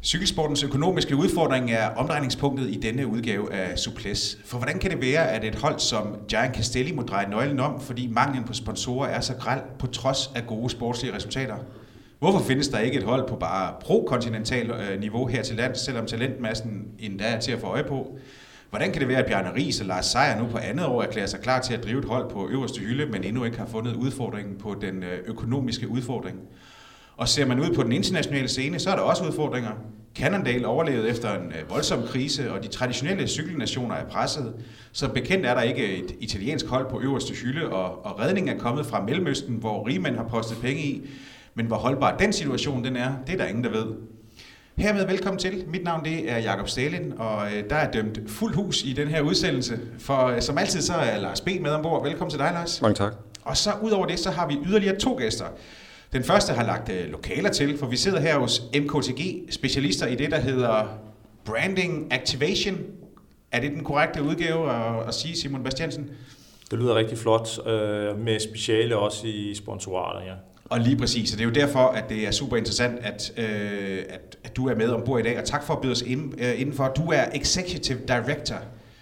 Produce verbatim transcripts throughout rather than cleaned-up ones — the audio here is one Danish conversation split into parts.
Cykelsportens økonomiske udfordring er omdrejningspunktet i denne udgave af Suples. For hvordan kan det være, at et hold som Giant Castelli må dreje nøglen om, fordi manglen på sponsorer er så grel på trods af gode sportslige resultater? Hvorfor findes der ikke et hold på bare pro-kontinental niveau her til lands, selvom talentmassen endda er til at få øje på? Hvordan kan det være, at Bjarne Riis og Lars Seier nu på andet år erklærer sig klar til at drive et hold på øverste hylde, men endnu ikke har fundet udfordringen på den økonomiske udfordring? Og ser man ud på den internationale scene, så er der også udfordringer. Cannondale overlevede efter en voldsom krise, og de traditionelle cykelnationer er presset. Så bekendt er der ikke et italiensk hold på øverste hylde, og, og redningen er kommet fra Mellemøsten, hvor rigmænd har postet penge i. Men hvor holdbar den situation den er, det er der ingen, der ved. Hermed velkommen til. Mit navn det er Jakob Stalin, og der er dømt fuld hus i den her udsendelse. For som altid så er Lars B. med ombord. Velkommen til dig, Lars. Mange tak. Og så ud over det, så har vi yderligere to gæster. Den første har lagt øh, lokaler til, for vi sidder her hos M K T G, specialister i det, der hedder Branding Activation. Er det den korrekte udgave at, at sige, Simon Bastiansen? Det lyder rigtig flot, øh, med speciale også i sponsorater, ja. Og lige præcis, og det er jo derfor, at det er super interessant, at, øh, at, at du er med ombord i dag, og tak for at byde os ind, øh, indenfor. Du er Executive Director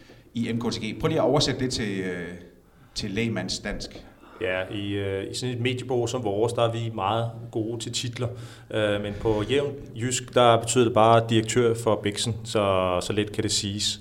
i M K T G. Prøv lige at oversætte det til, øh, til lægmands dansk. Ja, i, øh, i sådan et mediebureau som vores, der er vi meget gode til titler, øh, men på jævn jysk, der betyder det bare direktør for Bixen, så, så let kan det siges.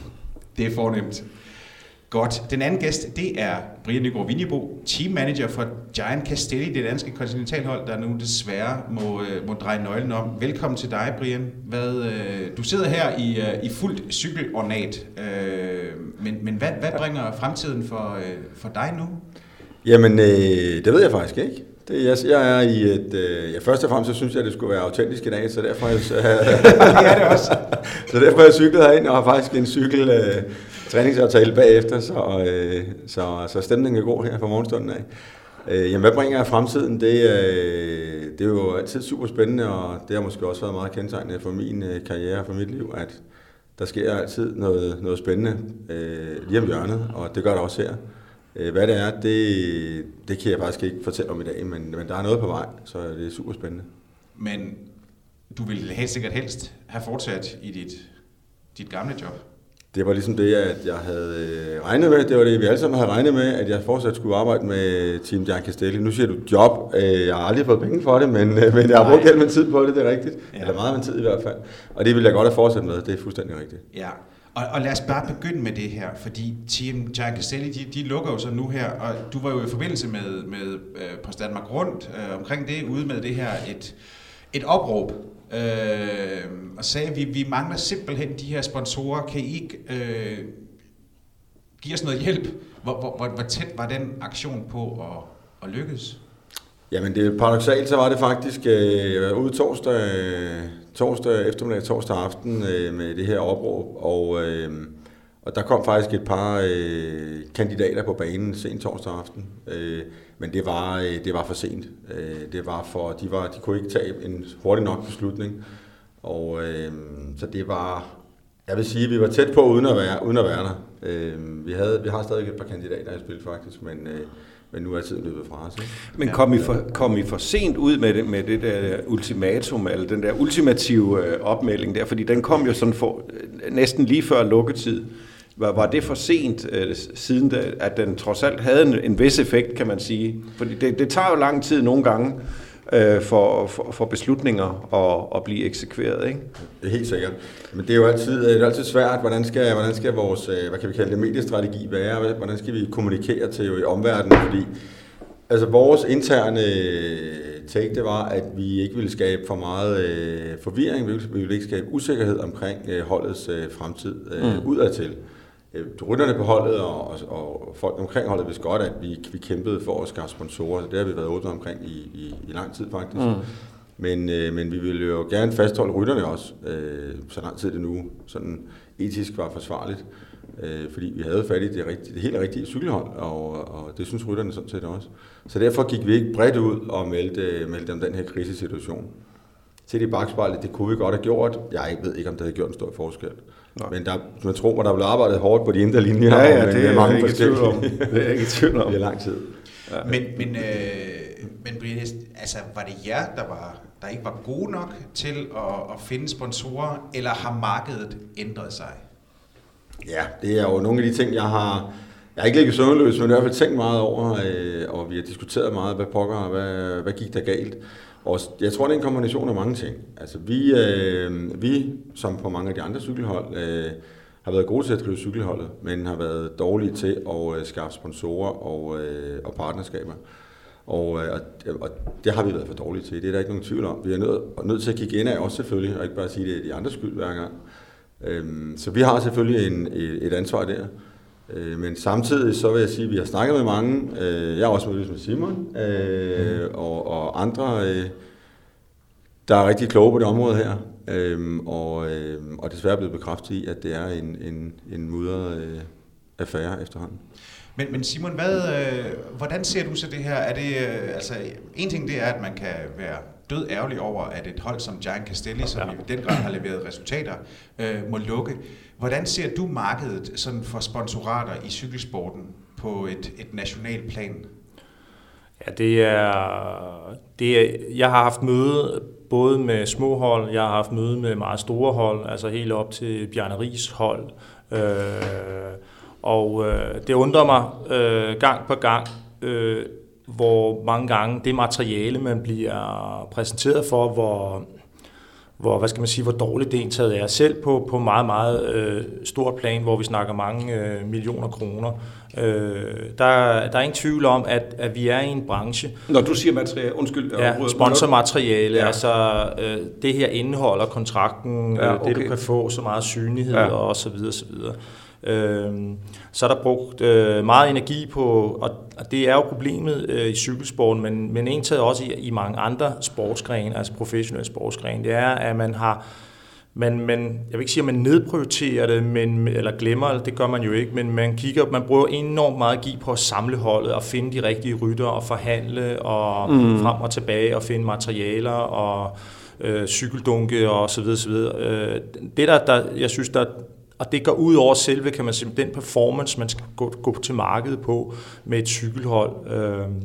Det er fornemt. Godt. Den anden gæst, det er Brian Nygaard Vinjebo, team manager for Giant Castelli, det danske kontinentalhold, der nu desværre må, må dreje nøglen om. Velkommen til dig, Brian. Hvad, øh, du sidder her i, øh, i fuldt cykelornat, øh, men, men hvad, hvad bringer fremtiden for, øh, for dig nu? Jamen, øh, det ved jeg faktisk ikke. Det, jeg, jeg er i et... Øh, ja, først og fremmest så synes jeg, at det skulle være autentisk i dag, så derfor jeg, øh, det er det også. Så derfor har jeg cyklet herind og har faktisk en cykel øh, træningsaftale bagefter, så, øh, så, så stemningen er god her fra morgenstunden af. Øh, jamen, hvad bringer jeg fremtiden? Det, øh, det er jo altid super spændende, og det har måske også været meget kendetegnende for min øh, karriere og for mit liv, at der sker altid noget, noget spændende øh, lige om hjørnet, og det gør der også her. Hvad det er, det, det kan jeg faktisk ikke fortælle om i dag, men, men der er noget på vej, så det er super spændende. Men du ville helt sikkert helst have fortsat i dit, dit gamle job? Det var ligesom det, at jeg havde regnet med. Det var det, vi alle sammen havde regnet med, at jeg fortsat skulle arbejde med Team Giant Castelli. Nu siger du job. Jeg har aldrig fået penge for det, men, men jeg har brugt hele min tid på det, det er rigtigt. Ja. Eller meget af min tid i hvert fald. Og det vil jeg godt have fortsat med, det er fuldstændig rigtigt. Ja. Og, og lad os bare begynde med det her, fordi Team Giant Castelli, de, de lukker jo så nu her, og du var jo i forbindelse med, med uh, Post Danmark Rundt uh, omkring det, ude med det her et, et opråb, uh, og sagde, at vi, vi mangler simpelthen de her sponsorer, kan I ikke uh, give os noget hjælp? Hvor, hvor, hvor, hvor tæt var den aktion på at, at lykkes? Jamen det er paradoksalt, så var det faktisk øh, ude torsdag, torsdag eftermiddag, torsdag aften øh, med det her opråb, og, øh, og der kom faktisk et par øh, kandidater på banen sent torsdag aften, øh, men det var, øh, det var for sent. Øh, det var for, de, var, de kunne ikke tage en hurtig nok beslutning, og øh, så det var, jeg vil sige, at vi var tæt på uden at være, uden at være der. Øh, vi, havde, vi har stadig et par kandidater i spil faktisk, men øh, Men nu er tiden løbet fra os. Ikke? Men kom I, for, kom I for sent ud med det, med det der ultimatum, eller den der ultimative øh, opmelding der? Fordi den kom jo sådan for, øh, næsten lige før lukketid. Var, var det for sent, øh, siden da, at den trods alt havde en, en vis effekt, kan man sige? Fordi det, det tager jo lang tid nogle gange øh, for, for, for beslutninger at, at blive eksekveret, ikke? Det er helt sikkert. Men det er jo altid, det er altid svært, hvordan skal, hvordan skal vores, hvad kan vi kalde det, mediestrategi være? Hvordan skal vi kommunikere til jo i omverdenen? Fordi altså vores interne take, det var, at vi ikke ville skabe for meget øh, forvirring, vi ville ikke skabe usikkerhed omkring øh, holdets øh, fremtid øh, mm. udadtil. Rytterne på holdet og, og, og folk omkring holdet vidste godt, at vi, vi kæmpede for at skaffe sponsorer. Det har vi været åbne omkring i, i, i lang tid faktisk. Mm. Men, øh, men vi ville jo gerne fastholde rytterne også, øh, så lang tid det nu sådan etisk var forsvarligt. Øh, fordi vi havde fat i det, rigtige, det helt rigtige cykelhold, og, og det synes rytterne sådan set også. Så derfor gik vi ikke bredt ud og meldte, meldte om den her krisesituation. Til i bagspejlet, det kunne vi godt have gjort. Jeg ved ikke, om det havde gjort en stor forskel. Nej. Men der, man tror mig, der blev arbejdet hårdt på de indre linjer. Ja, ja, og det er mange ikke tvivl om. Det er ikke tvivl om. Det er lang tid. Ja. Men, men, øh, men Brian, altså, var det jer, der var der ikke var gode nok til at, at finde sponsorer, eller har markedet ændret sig? Ja, det er jo nogle af de ting, jeg har... Jeg har ikke ligget søvnløs, men i hvert fald tænkt meget over, øh, og vi har diskuteret meget, hvad pokker, hvad, hvad gik der galt. Og jeg tror, det er en kombination af mange ting. Altså vi, øh, vi som på mange af de andre cykelhold, øh, har været gode til at drive cykelholdet, men har været dårlige til at øh, skaffe sponsorer og, øh, og partnerskaber. Og, øh, og det har vi været for dårlige til, det er der ikke nogen tvivl om. Vi er nødt, nødt til at kigge ind af også selvfølgelig, og ikke bare sige, at det er de andres skyld hver gang. Øh, så vi har selvfølgelig en, et ansvar der. Men samtidig så vil jeg sige, at vi har snakket med mange. Jeg har også mødtes med Simon øh, og, og andre, øh, der er rigtig kloge på det område her. Øh, og, øh, og desværre blevet bekræftet i, at det er en, en, en mudret øh, affære efterhånden. Men, men Simon, hvad, øh, hvordan ser du så det her? Er det, øh, altså, en ting det er, at man kan være død ærgerlig over, at et hold som Giant Castelli, som ja. i den grad har leveret resultater, øh, må lukke. Hvordan ser du markedet sådan for sponsorater i cykelsporten på et, et nationalt plan? Ja, det er, det er, jeg har haft møde både med små hold, jeg har haft møde med meget store hold, altså helt op til Bjarne Riis hold. Øh, og øh, det undrer mig øh, gang på gang, øh, hvor mange gange det materiale, man bliver præsenteret for, hvor, hvor, hvad skal man sige, hvor dårligt det indtaget er. Selv på, på meget, meget øh, stort plan, hvor vi snakker mange øh, millioner kroner. Øh, der, der er ingen tvivl om, at, at vi er i en branche. Når du siger materiale, undskyld. Ja, sponsormateriale, ja. altså øh, det her indeholder kontrakten, ja, okay. det du kan få, så meget synlighed ja. og så videre, så videre. Øh, så er der brugt øh, meget energi på, og, og det er jo problemet øh, i cykelsporten, men, men egentlig også i, i mange andre sportsgrene, altså professionelle sportsgrene, det er, at man har, man, man, jeg vil ikke sige, at man nedprioriterer det, men, eller glemmer det, det gør man jo ikke, men man kigger, man bruger enormt meget energi på at samle holdet og finde de rigtige ryttere og forhandle og mm. frem og tilbage og finde materialer og øh, cykeldunke og så videre, så videre. Øh, det der, der, jeg synes, der og det går ud over selve, kan man sige, den performance, man skal gå, gå til markedet på med et cykelhold. Øhm,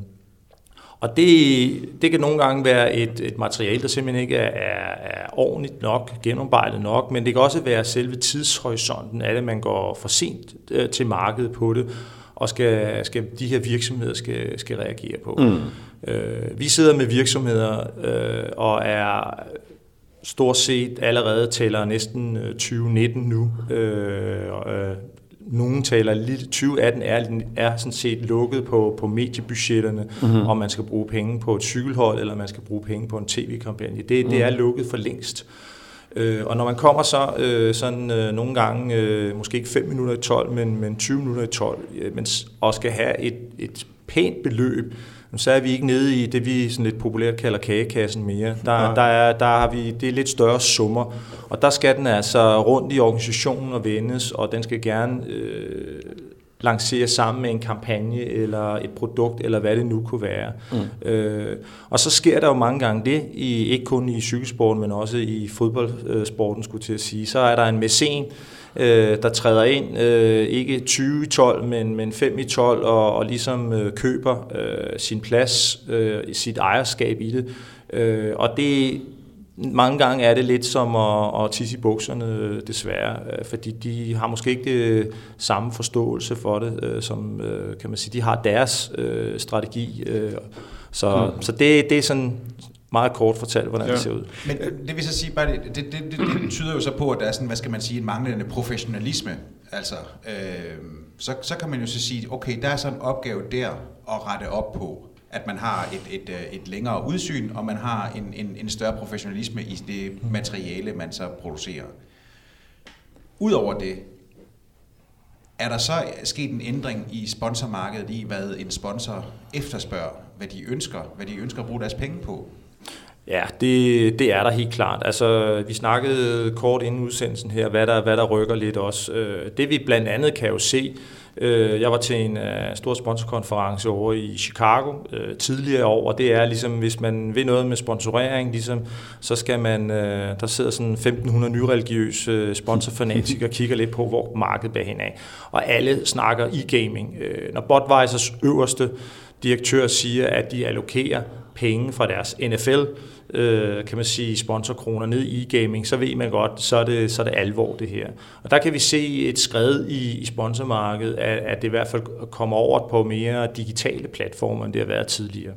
og det, det kan nogle gange være et, et materiale, der simpelthen ikke er, er, er ordentligt nok, gennemarbejdet nok, men det kan også være selve tidshorisonten af det, man går for sent øh, til markedet på det, og skal, skal de her virksomheder skal, skal reagere på. Mm. Øh, vi sidder med virksomheder øh, og er stort set allerede tæller næsten tyve nitten nu. Øh, øh, nogle taler lidt, tyve atten er, er sådan set lukket på, på mediebudgetterne, mm-hmm. om man skal bruge penge på et cykelhold, eller man skal bruge penge på en tv-kampagne. Det, mm. det er lukket for længst. Øh, og når man kommer så øh, sådan øh, nogle gange, øh, måske ikke fem minutter i tolv, men, men tyve minutter i tolv, øh, men, og skal have et, et pænt beløb, så er vi ikke nede i det, vi sådan lidt populært kalder kagekassen mere. Der, ja. der, er, der har vi, det er lidt større summer, og der skal den altså rundt i organisationen og vendes, og den skal gerne øh, lanceres sammen med en kampagne, eller et produkt, eller hvad det nu kunne være. Mm. Øh, og så sker der jo mange gange det, i, ikke kun i cykelsporten, men også i fodboldsporten, skulle jeg til at sige. Så er der en mæcen, Øh, der træder ind, øh, ikke tyve i tolv, men, men fem i tolv, og, og ligesom øh, køber øh, sin plads, øh, sit ejerskab i det. Øh, og det mange gange er det lidt som at, at tisse i bukserne, desværre, øh, fordi de har måske ikke det samme forståelse for det, øh, som øh, kan man sige, de har deres øh, strategi. Øh, så mm. så det, det er sådan meget kort fortalt, hvordan ja. det ser ud. Men det vil så sige, bare det, det, det, det, det tyder jo så på, at der er sådan, hvad skal man sige, en manglende professionalisme. Altså, øh, så, så kan man jo så sige, okay, der er så en opgave der at rette op på, at man har et, et, et længere udsyn, og man har en, en, en større professionalisme i det materiale, man så producerer. Udover det, er der så sket en ændring i sponsormarkedet i, hvad en sponsor efterspørger, hvad de ønsker, hvad de ønsker at bruge deres penge på? Ja, det, det er der helt klart. Altså, vi snakkede kort inden udsendelsen her, hvad der, hvad der rykker lidt også. Det vi blandt andet kan jo se, jeg var til en stor sponsorkonference over i Chicago tidligere år, og det er ligesom, hvis man vil noget med sponsorering, ligesom, så skal man, der sidder sådan femten hundrede nyreligiøse sponsorfanatikere og kigger lidt på, hvor markedet bærer hen af. Og alle snakker e-gaming. Når Budweisers øverste direktør siger, at de allokerer penge fra deres N F L, øh, kan man sige, sponsorkroner ned i e-gaming, så ved man godt, så er det, så er det alvor det her. Og der kan vi se et skred i, i sponsormarkedet, at, at det i hvert fald kommer over på mere digitale platformer, end det har været tidligere.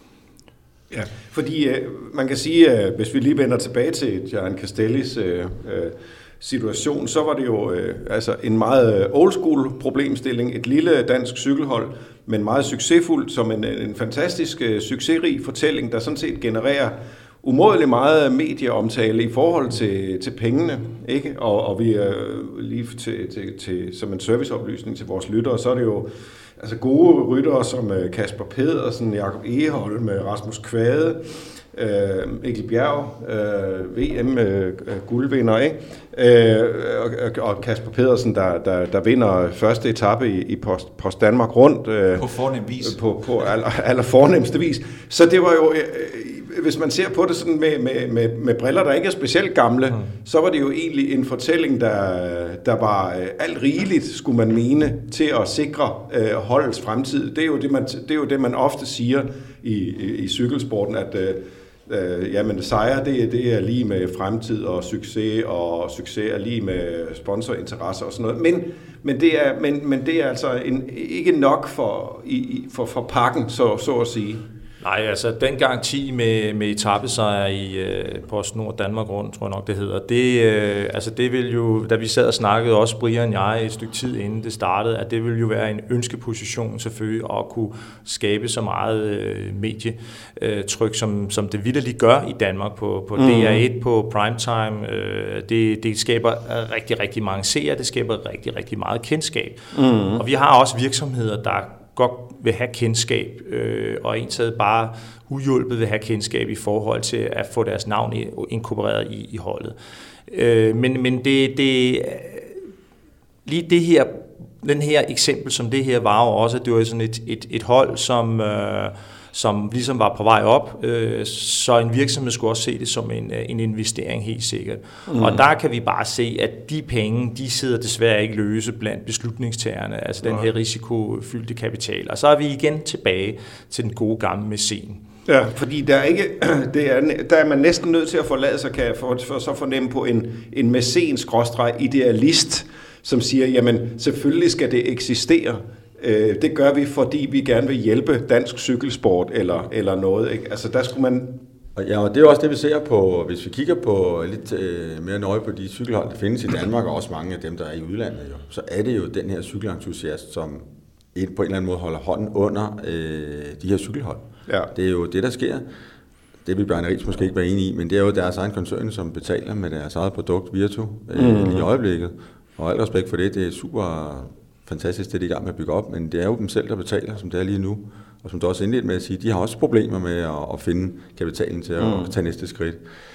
Ja, fordi øh, man kan sige, øh, hvis vi lige vender tilbage til Gian Castellis øh, øh, situation, så var det jo øh, altså en meget old school problemstilling, et lille dansk cykelhold, men meget succesfuldt, som en, en fantastisk øh, succesrig fortælling, der sådan set genererer umådeligt meget medieomtale i forhold til, til pengene, ikke? Og, og vi øh, lige til, til, til, som en serviceoplysning til vores lyttere, så er det jo altså gode ryttere som Kasper Pedersen, Jakob Egholm, Rasmus Kvade, øh, Mikkel Bjerg, øh, V M-guldvinder, ikke? Øh, og, og Kasper Pedersen, der, der, der vinder første etape i, i Post, Post Danmark rundt. Øh, på fornem vis. På, på aller, aller fornemste vis. Så det var jo... Øh, hvis man ser på det sådan med, med, med, med briller, der ikke er specielt gamle, mm. så var det jo egentlig en fortælling, der, der var øh, alt rigeligt, skulle man mene, til at sikre øh, holdets fremtid. Det er, jo det, man, det er jo det, man ofte siger i, i, i cykelsporten, at øh, øh, jamen, sejre det, det er lige med fremtid og succes, og succes er lige med sponsorinteresse og sådan noget. Men, men, det, er, men, men det er altså en, ikke nok for, i, for, for pakken, så, så at sige. Nej, altså den garanti med, med etapesejr i øh, PostNord Danmark rundt, tror jeg nok det hedder, det, øh, altså det vil jo, da vi sad og snakkede, også Brian og jeg et stykke tid inden det startede, at det vil jo være en ønskeposition selvfølgelig at kunne skabe så meget øh, medietryk, som, som det vitterligt gør i Danmark på, på mm. D R et, på primetime. Øh, det, det skaber rigtig, rigtig mange seere, det skaber rigtig, rigtig meget kendskab. Mm. Og vi har også virksomheder, der godt vil have kendskab, øh, og ensat bare uhjulpet vil have kendskab i forhold til at få deres navn inkorporeret i, i holdet. Øh, men men det, det, lige det her, den her eksempel, som det her var jo også, at det var sådan et, et, et hold, som... Øh, som ligesom var på vej op, øh, så en virksomhed skulle også se det som en, en investering helt sikkert. Mm. Og der kan vi bare se, at de penge, de sidder desværre ikke løse blandt beslutningstagerne, altså den her risikofyldte kapital. Og så er vi igen tilbage til den gode gamle mæcen. Ja, fordi der er ikke, det er, der er man næsten nødt til at forlade sig, kan jeg for, for så fornemme på en, en mæcen-idealist, som siger, jamen selvfølgelig skal det eksistere. Det gør vi, fordi vi gerne vil hjælpe dansk cykelsport eller, eller noget. Ikke? Altså der skulle man... Ja, og det er også det, vi ser på, hvis vi kigger på lidt øh, mere nøje på de cykelhold, der findes i Danmark, og også mange af dem, der er i udlandet, jo, så er det jo den her cykelentusiast, som et, på en eller anden måde holder hånden under øh, de her cykelhold. Ja. Det er jo det, der sker. Det vil Bjarne Riis måske ikke være enig i, men det er jo deres egen koncern, som betaler med deres eget produkt Virtu øh, mm. i øjeblikket. Og alt respekt for det, det er super... fantastisk, det er de i gang med at bygge op, men det er jo dem selv, der betaler, som det er lige nu. Og som du også indledte med at sige, de har også problemer med at, at finde kapitalen til at mm. tage næste skridt.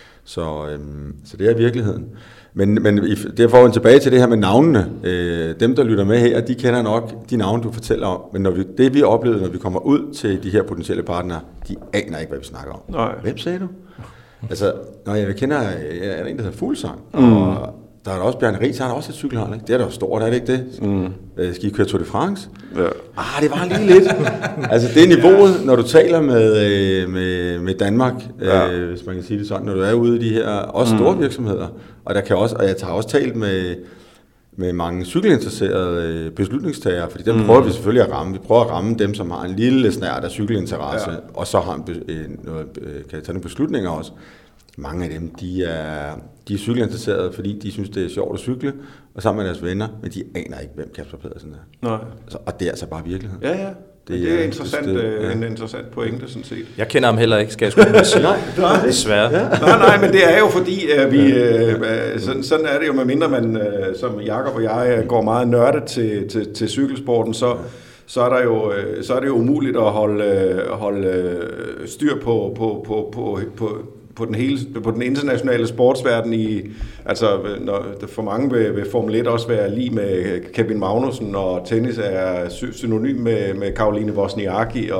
Så, øhm, så det er virkeligheden. Men, men derfor tilbage til det her med navnene. Øh, dem, der lytter med her, de kender nok de navne, du fortæller om. Men når vi, det vi oplevede, når vi kommer ud til de her potentielle partnere, de aner ikke, hvad vi snakker om. Nej. Hvem sagde du? Altså, når jeg kender, jeg er en, der hedder Fuglsang, mm. og der er også Bjarne Riis, han har også et cykelhold, ikke? Det er da stort, er det ikke det? Mm. Skal I køre Tour de France? Ja. Ah, det var lige lidt. Altså, det er niveauet, når du taler med, med, med Danmark, ja. øh, hvis man kan sige det sådan, når du er ude i de her, også store mm. virksomheder. Og der kan også, og jeg har også talt med, med mange cykelinteresserede beslutningstagere, fordi dem mm. prøver vi selvfølgelig at ramme. Vi prøver at ramme dem, som har en lille snært af cykelinteresse, ja. og så har en, en, noget, kan tage nogle beslutninger også. Mange af dem, de er, de er cykelinteresserede, fordi de synes, det er sjovt at cykle, og sammen med deres venner, men de aner ikke, hvem Kasper Pedersen er. Nej. Så, og det er altså bare virkeligheden. Ja, ja. Det, det er, interessant, det, ja. en interessant pointe, sådan set. Jeg kender ham heller ikke, skal jeg sgu sige. Nej, nej. Desværre. Ja. nej, nej, men det er jo fordi, at vi, øh, sådan, sådan er det jo, medmindre man, øh, som Jakob og jeg, går meget nørdet til, til, til cykelsporten, så... så er, der jo, så er det jo umuligt at holde, holde styr på, på, på, på, på, på, den hele, på den internationale sportsverden. I, altså, når, for mange vil, vil Formel et også være lige med Kevin Magnussen, og tennis er synonym med, med Caroline Wozniacki, og,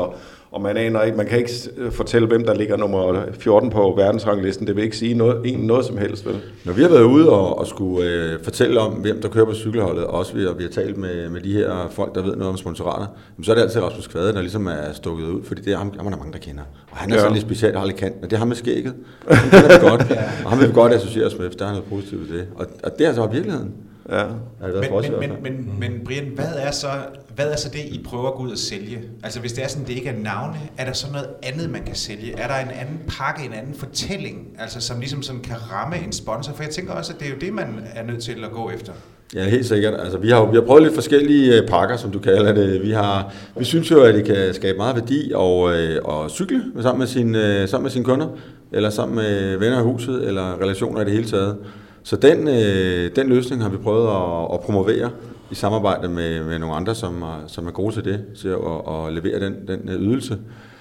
og man aner ikke, man kan ikke fortælle, hvem der ligger nummer fjorten på verdensranglisten. Det vil ikke sige noget, en, noget som helst, vel? Når vi har været ude og, og skulle øh, fortælle om, hvem der kører på cykelholdet, og også vi, og vi har talt med, med de her folk, der ved noget om sponsorater, så er det altid Rasmus Kvade, der ligesom er stukket ud, fordi det er ham, ham er der mange, der kender. Og han er ja. sådan lidt specielt, har lidt kant, men det er ham med skægget. Han kender vi godt, og ham vil vi godt associere os med, der er noget positivt i det. Og, og det er altså virkeligheden. Ja. Men, men, men, men, men Brian, hvad er, så, hvad er så det, I prøver at gå ud og sælge? Altså hvis det er sådan, det ikke er navne, er der så noget andet, man kan sælge? Er der en anden pakke, en anden fortælling, altså som ligesom sådan kan ramme en sponsor? For jeg tænker også, at det er jo det, man er nødt til at gå efter. Ja, helt sikkert. Altså, vi har vi har prøvet lidt forskellige pakker, som du kalder det. Vi har vi synes jo, at det kan skabe meget værdi og og cykle sammen med sine sammen med sine kunder, eller sammen med venner af huset, eller relationer i det hele taget. Så den, øh, den løsning har vi prøvet at, at promovere i samarbejde med, med nogle andre, som er, som er gode til det, til at, at levere den, den ydelse.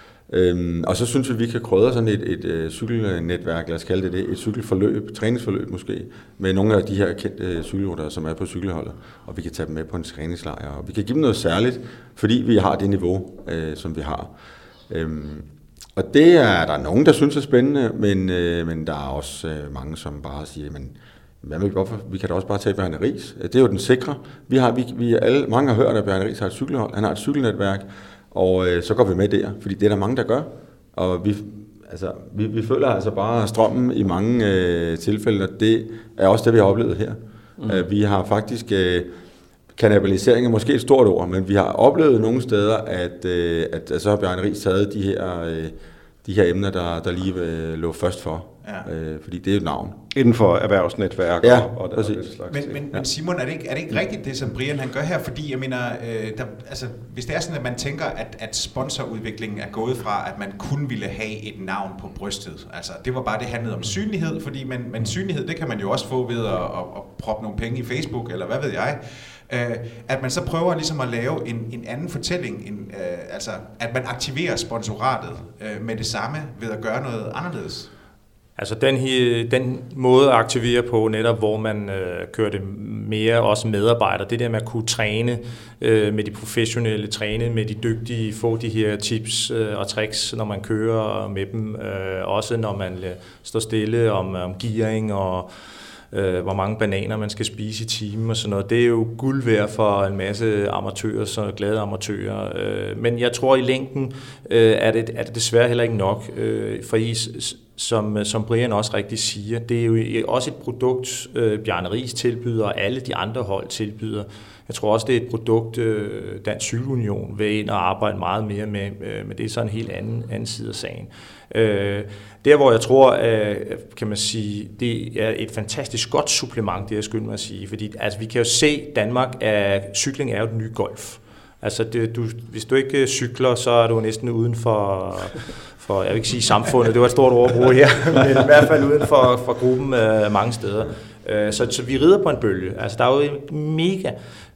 Øhm, og så synes vi, at vi kan krydre sådan et, et, et cykelnetværk, lad os kalde det det, et cykelforløb, træningsforløb måske, med nogle af de her kendte cykelryttere, som er på cykelholdet, og vi kan tage dem med på en træningslejr, og vi kan give dem noget særligt, fordi vi har det niveau, øh, som vi har. Øhm, og det er der er nogen, der synes er spændende, men, øh, men der er også øh, mange, som bare siger, men hvad med, hvorfor? Vi kan da også bare tage Bjarne Riis. Det er jo den sikre. Vi har, vi, vi alle, mange har hørt, at Bjarne Riis har et cykelhold. Han har et cykelnetværk, og øh, så går vi med der, fordi det er der mange, der gør. Og vi, altså, vi, vi føler altså bare strømmen i mange øh, tilfælde, og det er også det, vi har oplevet her. Mm. Øh, vi har faktisk... Øh, kannibalisering er måske et stort ord, men vi har oplevet nogle steder, at, øh, at, at så har Bjarne Riis taget de her... Øh, de her emner, der, der lige øh, lå først for, ja. øh, fordi det er jo et navn. Inden for erhvervsnetværk ja, og, og, og den slags men, men, ja. men Simon, er det, ikke, er det ikke rigtigt det, som Brian han gør her? Fordi jeg mener, øh, der, altså, hvis det er sådan, at man tænker, at, at sponsorudviklingen er gået fra, at man kun ville have et navn på brystet. Altså, det var bare, det handlede om synlighed, fordi man, men synlighed, det kan man jo også få ved at, at, at proppe nogle penge i Facebook, eller hvad ved jeg. Uh, at man så prøver ligesom at lave en, en anden fortælling, en, uh, altså at man aktiverer sponsoratet uh, med det samme ved at gøre noget anderledes. Altså den, den måde at aktivere på, netop hvor man øh, kører det mere også medarbejdere, det der med at kunne træne øh, med de professionelle, træne med de dygtige, få de her tips øh, og tricks, når man kører med dem, øh, også når man øh, står stille om, om gearing og Øh, hvor mange bananer man skal spise i timen og sådan noget. Det er jo guld værd for en masse amatører, så glade amatører. Øh, men jeg tror i længden øh, er, det, er det desværre heller ikke nok. Øh, for I, som, som Brian også rigtig siger, det er jo også et produkt, øh, Bjarne Riis tilbyder, og alle de andre hold tilbyder. Jeg tror også, det er et produkt, øh, Dansk Cykelunion vil ind og arbejde meget mere med, øh, men det er så en helt anden, anden side af sagen. Øh, der hvor jeg tror, øh, kan man sige, det er et fantastisk godt supplement, det jeg skylder mig at sige, fordi altså, vi kan jo se, Danmark er, cykling er jo den nye golf. Altså det, du, hvis du ikke cykler, så er du næsten uden for, for, jeg vil ikke sige samfundet, det var et stort ord at bruge her, men i hvert fald uden for, for gruppen øh, mange steder. Øh, så, så vi rider på en bølge. Altså der er jo en mega,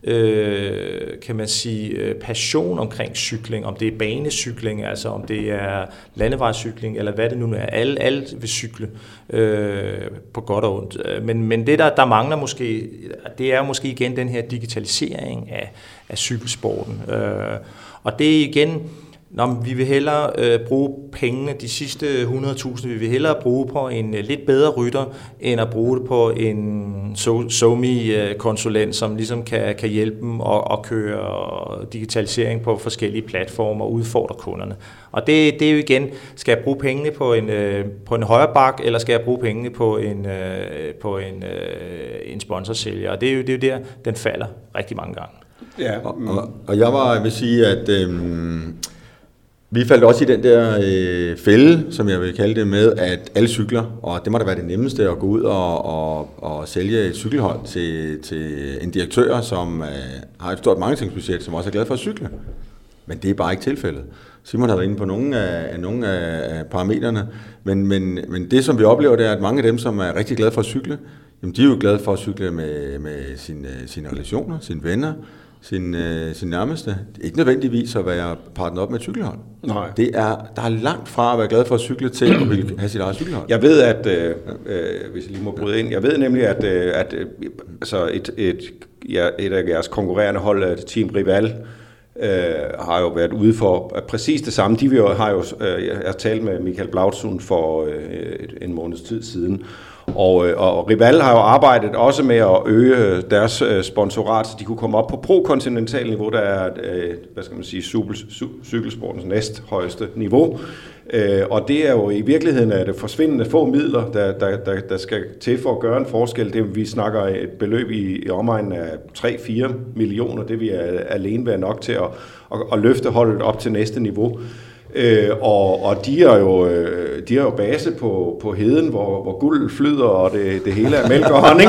øh, kan man sige, passion omkring cykling, om det er banecykling, altså om det er landevejscykling, eller hvad det nu er. Alle, alle vil cykle øh, på godt og ondt. Men, men det, der, der mangler måske, det er måske igen den her digitalisering af, af cykelsporten. Øh, og det er igen... Nå, vi vil hellere øh, bruge pengene, de sidste hundrede tusind, vi vil hellere bruge på en øh, lidt bedre rytter, end at bruge det på en SoMe-konsulent, som ligesom kan, kan hjælpe dem at, at køre digitalisering på forskellige platformer og udfordre kunderne. Og det, det er jo igen, skal jeg bruge pengene på en, øh, på en højre bak, eller skal jeg bruge pengene på en, øh, på en, øh, en sponsorsælger? Og det er, jo, det er jo der, den falder rigtig mange gange. Ja. Og, og, og jeg var, jeg vil sige, at... Øh, Vi faldt også i den der øh, fælde, som jeg vil kalde det, med, at alle cykler, og det må da være det nemmeste at gå ud og, og, og sælge et cykelhold til, til en direktør, som øh, har et stort marketingsbudget, som også er glad for at cykle. Men det er bare ikke tilfældet. Simon har været inde på nogle af, af, nogle af parametrene, men, men, men det, som vi oplever, det er, at mange af dem, som er rigtig glade for at cykle, jamen, de er jo glade for at cykle med, med sine, sine relationer, sine venner, sin, øh, sin nærmeste. Det er ikke nødvendigvis at være partner op med et cykelhold. Nej. Det er, der er langt fra at være glad for at cykle til at ville have sit eget cykelhold. Jeg ved, at, øh, øh, hvis jeg lige må bryde ind, jeg ved nemlig, at, øh, at øh, altså et, et, ja, et af jeres konkurrerende hold, Team Rival, øh, har jo været ude for præcis det samme. De har jo, øh, jeg har talt med Michael Blautsund for øh, en måneds tid siden, og, og Rival har jo arbejdet også med at øge deres sponsorat, så de kunne komme op på pro-kontinental niveau, der er, hvad skal man sige, cykelsportens næsthøjeste niveau. Og det er jo i virkeligheden at det forsvindende få midler, der, der, der, der skal til for at gøre en forskel. Det, vi snakker et beløb i, i omegnen af tre til fire millioner, det vi er alene være nok til at, at, at løfte holdet op til næste niveau. Øh, og, og de er jo de er jo base på, på heden, hvor, hvor guld flyder, og det, det hele er mælk og honning.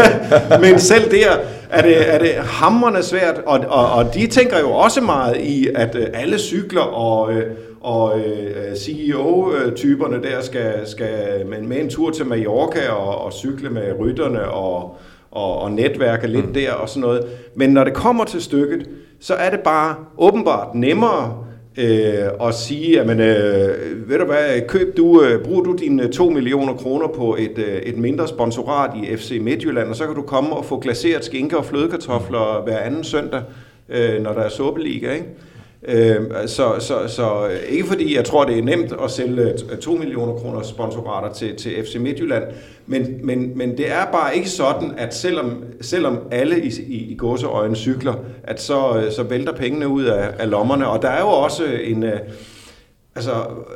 Men selv der er det, er det hamrende svært, og, og, og de tænker jo også meget i, at alle cykler og, og C E O-typerne der skal, skal med, med en tur til Mallorca og, og cykle med rytterne og, og, og netværke lidt mm. der og sådan noget. Men når det kommer til stykket, så er det bare åbenbart nemmere Øh, og sige, at øh, ved du hvad, køb du, øh, brug du dine to millioner kroner på et, øh, et mindre sponsorat i F C Midtjylland, og så kan du komme og få glaseret skinke og flødekartofler hver anden søndag, øh, når der er suppeliga, ikke? Øh, så, så, så ikke fordi jeg tror, det er nemt at sælge to millioner kroner sponsorater til, til F C Midtjylland, men, men, men det er bare ikke sådan, at selvom, selvom alle i, i, i gåseøjne cykler, at så, så vælter pengene ud af, af lommerne, og der er jo også en... Altså,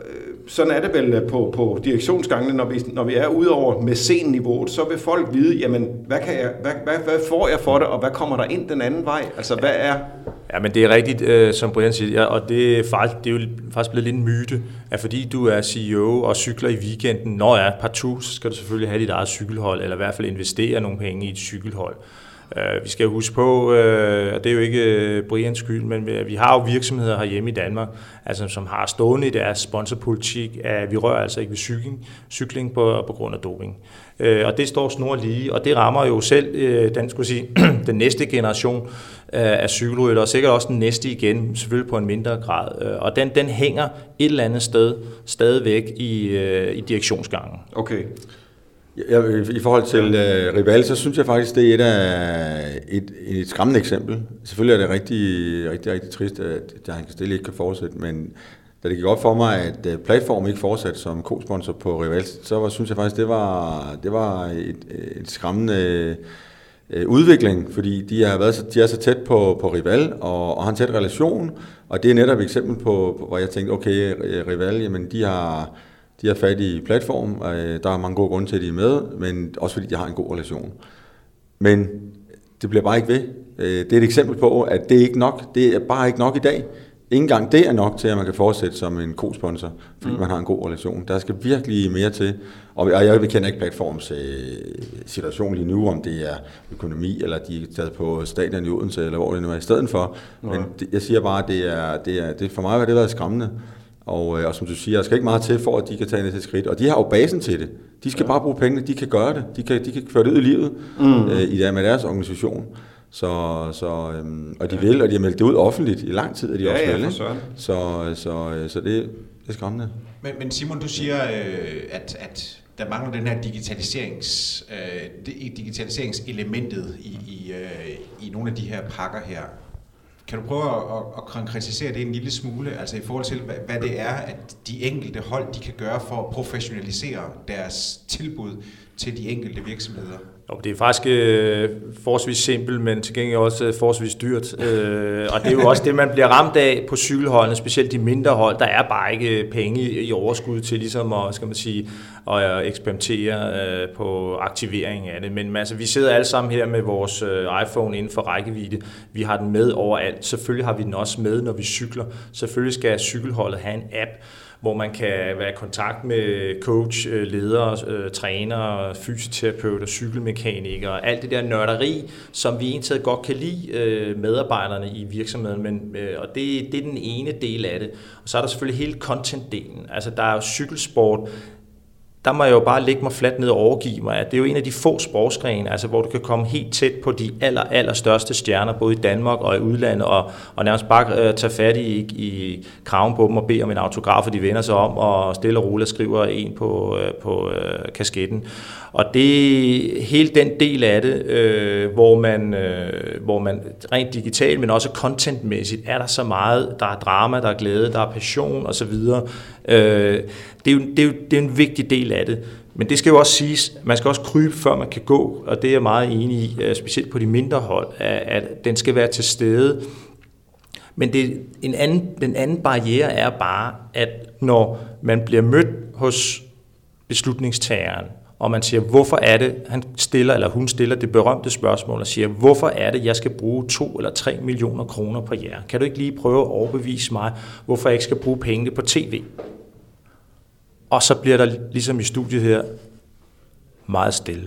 sådan er det vel på, på direktionsgangene, når vi, når vi er ude over mæcen-niveauet, så vil folk vide, jamen, hvad, kan jeg, hvad, hvad, hvad får jeg for det, og hvad kommer der ind den anden vej? Altså, hvad er... Ja, men det er rigtigt, øh, som Brian siger, ja, og det er, faktisk, det er jo faktisk blevet lidt en myte, at fordi du er C E O og cykler i weekenden, når jeg er partout, så skal du selvfølgelig have dit eget cykelhold, eller i hvert fald investere nogle penge i et cykelhold. Uh, vi skal huske på, uh, og det er jo ikke uh, Brians skyld, men vi, vi har jo virksomheder herhjemme i Danmark, altså, som har stående i deres sponsorpolitik, at vi rører altså ikke ved cykling, cykling på, på grund af doping. Uh, og det står snor lige, og det rammer jo selv uh, den, skulle sige, den næste generation uh, af cykelrytter, og sikkert også den næste igen, selvfølgelig på en mindre grad. Uh, og den, den hænger et eller andet sted stadigvæk i, uh, i direktionsgangen. Okay. Ja, i forhold til uh, Rival, så synes jeg faktisk, det er et, af, et, et skræmmende eksempel. Selvfølgelig er det rigtig, rigtig, rigtig trist, at Giant Castelli ikke kan fortsætte, men da det gik op for mig, at uh, Platform ikke fortsatte som co-sponsor på Rival, så var, synes jeg faktisk, det var, det var et, et skræmmende uh, udvikling, fordi de, har været så, de er så tæt på, på Rival, og, og har en tæt relation, og det er netop et eksempel på, på hvor jeg tænkte, okay, Rival, jamen de har... De har fat i Platform, der er mange gode grunde til, at de er med, men også fordi de har en god relation. Men det bliver bare ikke ved. Det er et eksempel på, at det er ikke nok. Det er bare ikke nok i dag. Ikke engang det er nok til, at man kan fortsætte som en co-sponsor, fordi mm. man har en god relation. Der skal virkelig mere til. Og jeg kender ikke Platforms situation lige nu, om det er økonomi, eller de er taget på stadion i Odense, eller hvor det nu er i stedet for. Mm. Men det, jeg siger bare, at det er, det er, det for mig har det været skræmmende. Og, og som du siger, der skal ikke meget til for, at de kan tage næste skridt. Og de har jo basen til det. De skal ja. bare bruge pengene, de kan gøre det. De kan, de kan føre det ud i livet mm. øh, i der med deres organisation. Så, så, øhm, og de ja. vil, og de har meldt det ud offentligt i lang tid, at de ja, også ja, vil. Så, så, så, så det, det er skræmmende. Men, men Simon, du siger, øh, at, at der mangler den her digitaliserings, øh, digitaliseringselementet i, i, øh, i nogle af de her pakker her. Kan du prøve at, at konkretisere det en lille smule, altså i forhold til, hvad, hvad det er, at de enkelte hold, de kan gøre for at professionalisere deres tilbud til de enkelte virksomheder? Jo, det er faktisk øh, forholdsvis simpelt, men til gengæld også forholdsvis dyrt. Øh, og det er jo også det, man bliver ramt af på cykelholdene, specielt de mindre hold. Der er bare ikke penge i, i overskud til ligesom at, skal man sige, at eksperimentere øh, på aktivering af det. Men altså, vi sidder alle sammen her med vores øh, iPhone inden for rækkevidde. Vi har den med overalt. Selvfølgelig har vi den også med, når vi cykler. Selvfølgelig skal cykelholdet have en app, hvor man kan være i kontakt med coach, ledere, trænere, fysioterapeuter, cykelmekanikere, alt det der nørderi, som vi egentlig godt kan lide medarbejderne i virksomheden, men, og det, det er den ene del af det. Og så er der selvfølgelig hele content-delen. Altså der er jo cykelsport der må jeg jo bare lægge mig fladt ned og overgive mig, at det er jo en af de få sportsgrene, altså hvor du kan komme helt tæt på de aller, aller største stjerner, både i Danmark og i udlandet, og, og nærmest bare uh, tage fat i, i kraven på dem og bede om en autograf, og de vender sig om, og stille og roligt skriver en på, uh, på uh, kasketten. Og det hele den del af det, øh, hvor, man, øh, hvor man rent digitalt, men også contentmæssigt, er der så meget, der er drama, der er glæde, der er passion osv. Øh, det, er jo, det, er jo, det er en vigtig del af det. Men det skal jo også siges, man skal også krybe, før man kan gå, og det er jeg meget enig i, specielt på de mindre hold, at, at den skal være til stede. Men det, en anden, den anden barriere er bare, at når man bliver mødt hos beslutningstageren, og man siger, hvorfor er det, han stiller, eller hun stiller det berømte spørgsmål, og siger, hvorfor er det, jeg skal bruge to eller tre millioner kroner på jer? Kan du ikke lige prøve at overbevise mig, hvorfor jeg ikke skal bruge pengene på tv? Og så bliver der, ligesom i studiet her, meget stille.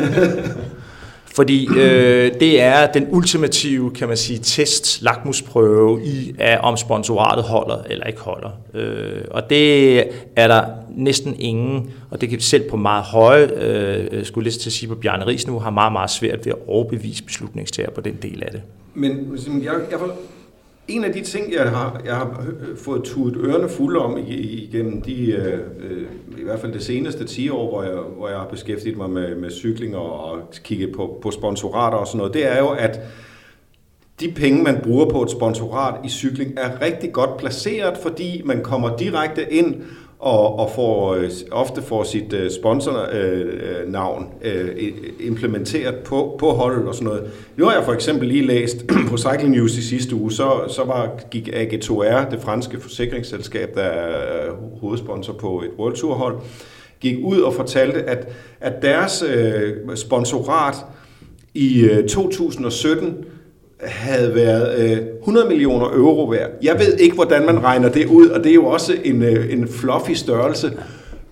Fordi øh, det er den ultimative, kan man sige, test, lakmusprøve i, af, om sponsoratet holder eller ikke holder. Øh, og det er der næsten ingen, og det kan selv på meget høje, øh, skulle jeg til at sige på Bjarne Riis nu, har meget, meget svært ved at overbevise beslutningstager på den del af det. Men jeg, jeg får, en af de ting, jeg har, jeg har fået tudet ørerne fulde om igennem de, øh, i hvert fald det seneste ti år, hvor jeg, hvor jeg har beskæftiget mig med, med cykling og, og kigget på, på sponsorater og sådan noget, det er jo, at de penge, man bruger på et sponsorat i cykling, er rigtig godt placeret, fordi man kommer direkte ind og, og får, ofte får sit sponsornavn øh, implementeret på, på holdet og sådan noget. Nu har jeg for eksempel lige læst på Cycling News i sidste uge, så, så var, gik A G to R, det franske forsikringsselskab, der er hovedsponsor på et World Tour hold, gik ud og fortalte, at, at deres øh, sponsorat i øh, to tusind og sytten havde været øh, hundrede millioner euro værd. Jeg ved ikke, hvordan man regner det ud, og det er jo også en, øh, en fluffy størrelse at,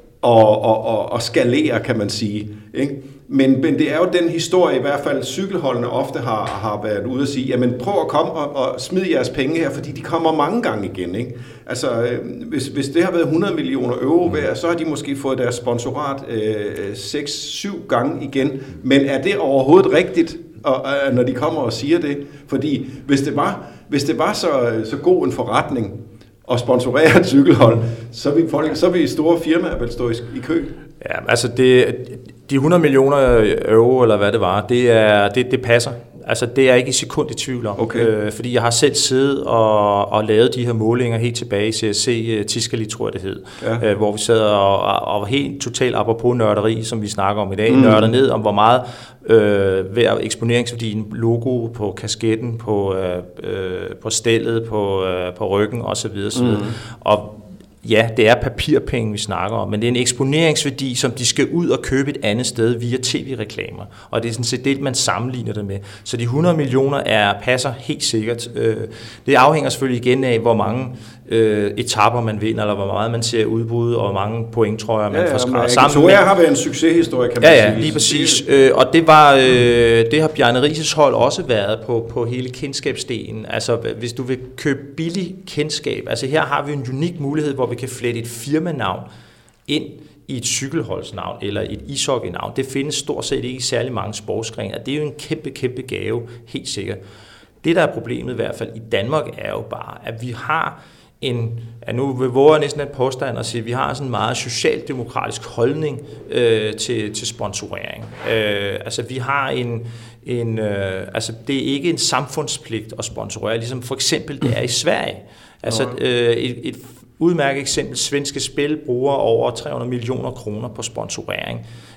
og, og, og skalere, kan man sige. Ikke? Men, men det er jo den historie, i hvert fald cykelholdene ofte har, har været ude at sige, jamen prøv at komme og, og smide jeres penge her, fordi de kommer mange gange igen. Ikke? Altså, øh, hvis, hvis det har været hundrede millioner euro værd, så har de måske fået deres sponsorat øh, seks syv gange igen. Men er det overhovedet rigtigt? Og, og når de kommer og siger det, fordi hvis det var, hvis det var så, så god en forretning at sponsorere et cykelhold, så vil folk, så vil store firmaer vel stå i, i kø. Ja, altså det, de hundrede millioner euro, eller hvad det var, det, er, det, det passer. Altså det er jeg ikke i sekund i tvivl om, okay. øh, fordi jeg har selv siddet og, og lavet de her målinger helt tilbage i C S C Tiscali, tror jeg det hed, ja. øh, hvor vi sad og, og, og helt totalt apropos nørderi, som vi snakker om i dag, mm. nørder ned om hvor meget øh, hver eksponeringsværdien, logo på kasketten, på, øh, øh, på stellet, på, øh, på ryggen osv. osv. Mm. Og ja, det er papirpenge, vi snakker om, men det er en eksponeringsværdi, som de skal ud og købe et andet sted via tv-reklamer. Og det er sådan set det, man sammenligner det med. Så de hundrede millioner er, passer helt sikkert. Det afhænger selvfølgelig igen af, hvor mange øh, etapper man vinder, eller hvor meget man ser udbud, og hvor mange pointtrøjer man ja, ja, får skrevet sammen. Så har været en succeshistorie, kan man ja, sige. Ja, lige præcis. Øh, og det var øh, det har Bjarne Riis' hold også været på, på hele kendskabsdelen. Altså, hvis du vil købe billig kendskab, altså her har vi en unik mulighed, hvor vi kan flette et firmanavn ind i et cykelholdsnavn eller et ishockeynavn. Det findes stort set ikke i særlig mange sportsgrene, og det er jo en kæmpe, kæmpe gave, helt sikkert. Det, der er problemet i hvert fald i Danmark, er jo bare, at vi har en, ja, nu våger jeg næsten et påstand at sige, at vi har sådan en meget socialdemokratisk holdning øh, til, til sponsorering. Øh, altså vi har en, en øh, altså det er ikke en samfundspligt at sponsorere, ligesom for eksempel det er i Sverige. Altså øh, et, et udmærket eksempel, svenske spil bruger over tre hundrede millioner kroner på sponsorering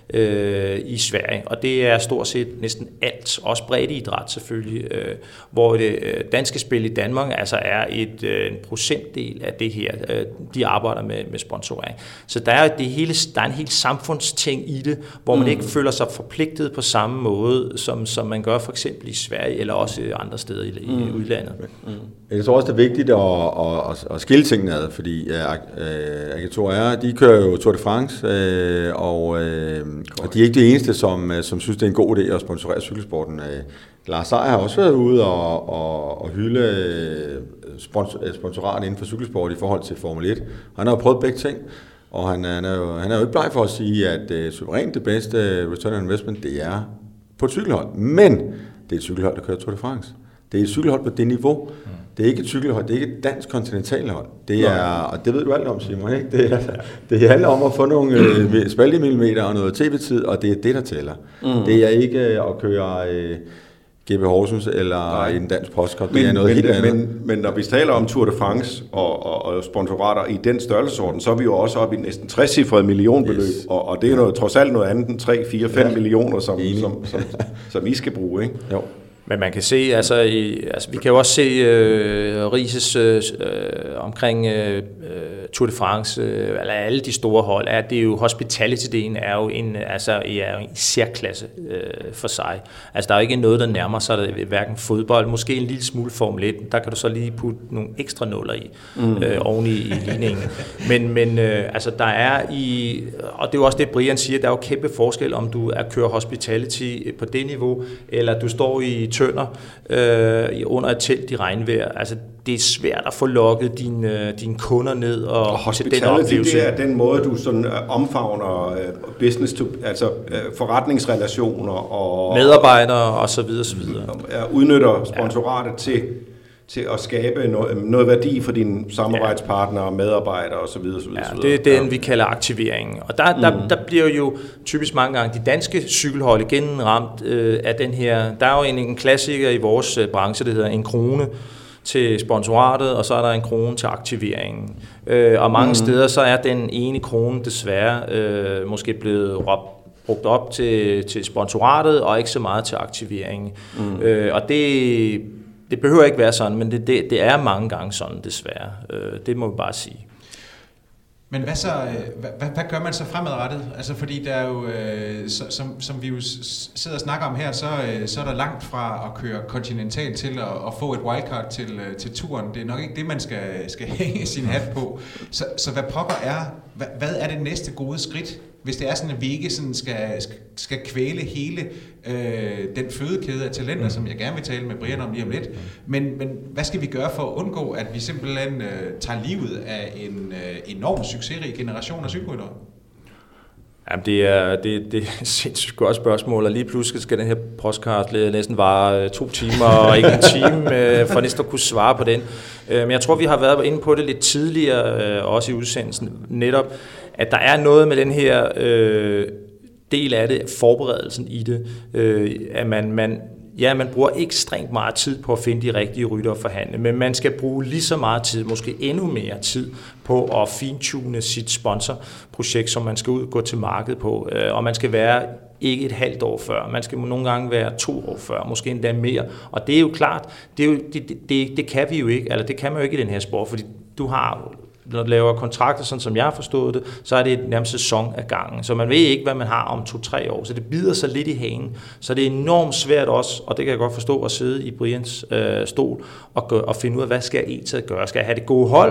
øh, i Sverige, og det er stort set næsten alt, også breddeidræt selvfølgelig, øh, hvor det øh, danske spil i Danmark altså er et, øh, en procentdel af det her, øh, de arbejder med, med sponsorering. Så der er, det hele, der er en helt samfundsting i det, hvor man mm. ikke føler sig forpligtet på samme måde, som, som man gør for eksempel i Sverige, eller også andre steder i, i mm. udlandet. Mm. Jeg tror også, det er vigtigt at, at, at, at skille tingene ad, fordi A G to R, de kører jo Tour de France, øh, og, øh, og de er ikke det eneste, som, som synes, det er en god idé at sponsorere cykelsporten. Lars Seier har også været ude og, og, og hylde sponsor, sponsorat inden for cykelsport i forhold til Formel et. Han har jo prøvet begge ting, Og han, han, er jo, han er jo ikke bleg for at sige, at uh, suverænt det bedste return on investment, det er på et cykelhold. Men det er et cykelhold, der kører Tour de France. Det er et cykelhold på det niveau. Mm. Det er ikke et cykelhold, det er ikke et dansk kontinentalhold. Det er, og det ved du alt om, Simon, ikke? Det, er, det handler om at få nogle øh, spaltemillimeter og noget tv-tid, og det er det, der tæller. Mm. Det er ikke at køre øh, G P Horsens eller Nej. en dansk postkort. Det men, er noget men, helt andet. Men, men når vi taler om Tour de France og, og, og sponsorater i den størrelsesorden, så er vi jo også oppe i næsten trecifrede millionbeløb, yes. og, og det er noget, trods alt noget andet end tre, fire, fem ja. millioner, som, som, som, som I skal bruge, ikke? Jo. Men man kan se, altså, i, altså vi kan jo også se øh, Rises øh, omkring øh, Tour de France, øh, eller alle de store hold, er det jo hospitality-delen er jo en, altså, er jo en særklasse øh, for sig. Altså der er jo ikke noget, der nærmer sig der, hverken fodbold, måske en lille smule Formel et, der kan du så lige putte nogle ekstra nuller i, mm. øh, oven i, i ligningen. Men, men øh, altså der er i, og det er jo også det Brian siger, der er jo kæmpe forskel, om du er kører hospitality på det niveau, eller du står i Tønder øh, under et telt i regnvejr. Altså, det er svært at få lukket dine, dine kunder ned og, og til den oplevelse. Det er den måde, du sådan omfavner uh, business to, altså uh, forretningsrelationer og medarbejdere og så videre, så videre. Og udnytter sponsoratet ja. til til at skabe noget, noget værdi for dine samarbejdspartnere og medarbejdere og så videre, så videre. Ja, det er den, vi kalder aktivering. Og der, der, mm. der bliver jo typisk mange gange de danske cykelhold igen ramt øh, af den her. Der er jo en, en klassiker i vores øh, branche, der hedder en krone til sponsoratet, og så er der en krone til aktiveringen. Øh, og mange mm. steder så er den ene krone desværre øh, måske blevet råbt brugt op til, til sponsoratet, og ikke så meget til aktiveringen. Mm. Øh, og det Det behøver ikke være sådan, men det, det, det er mange gange sådan, desværre. Det må vi bare sige. Men hvad så? Hvad, hvad gør man så fremadrettet? Altså fordi der er jo, som, som vi jo sidder og snakker om her, så, så er der langt fra at køre kontinentalt til at, at få et wildcard til, til turen. Det er nok ikke det, man skal, skal hænge sin hat på. Så, så hvad pokker er, hvad, hvad er det næste gode skridt? Hvis det er sådan, at vi ikke sådan skal, skal, skal kvæle hele øh, den fødekæde af talenter, mm. som jeg gerne vil tale med Brian om lige om lidt. Men, men hvad skal vi gøre for at undgå, at vi simpelthen øh, tager livet af en øh, enorm succesrig generation af cykelryttere? Jamen, det er, det, det er et sindssygt godt spørgsmål, og lige pludselig skal den her podcast næsten vare to timer, og ikke en time, for næsten at kunne svare på den. Men jeg tror, vi har været inde på det lidt tidligere, også i udsendelsen, netop, at der er noget med den her øh, del af det, forberedelsen i det, øh, at man, man, ja, man bruger ekstremt meget tid på at finde de rigtige ryttere og forhandle, men man skal bruge lige så meget tid, måske endnu mere tid, på at fintune sit sponsorprojekt, som man skal ud og gå til markedet på, øh, og man skal være ikke et halvt år før, man skal nogle gange være to år før, måske endda mere, og det er jo klart, det, er jo, det, det, det kan vi jo ikke, eller det kan man jo ikke i den her sport, fordi du har, når du laver kontrakter, sådan som jeg har forstået det, så er det et nærmest sæson af gangen. Så man ved ikke, hvad man har om to-tre år. Så det bider sig lidt i hagen. Så det er enormt svært også, og det kan jeg godt forstå, at sidde i Brians øh, stol og, gøre, og finde ud af, hvad skal jeg egentlig gøre? Skal jeg have det gode hold,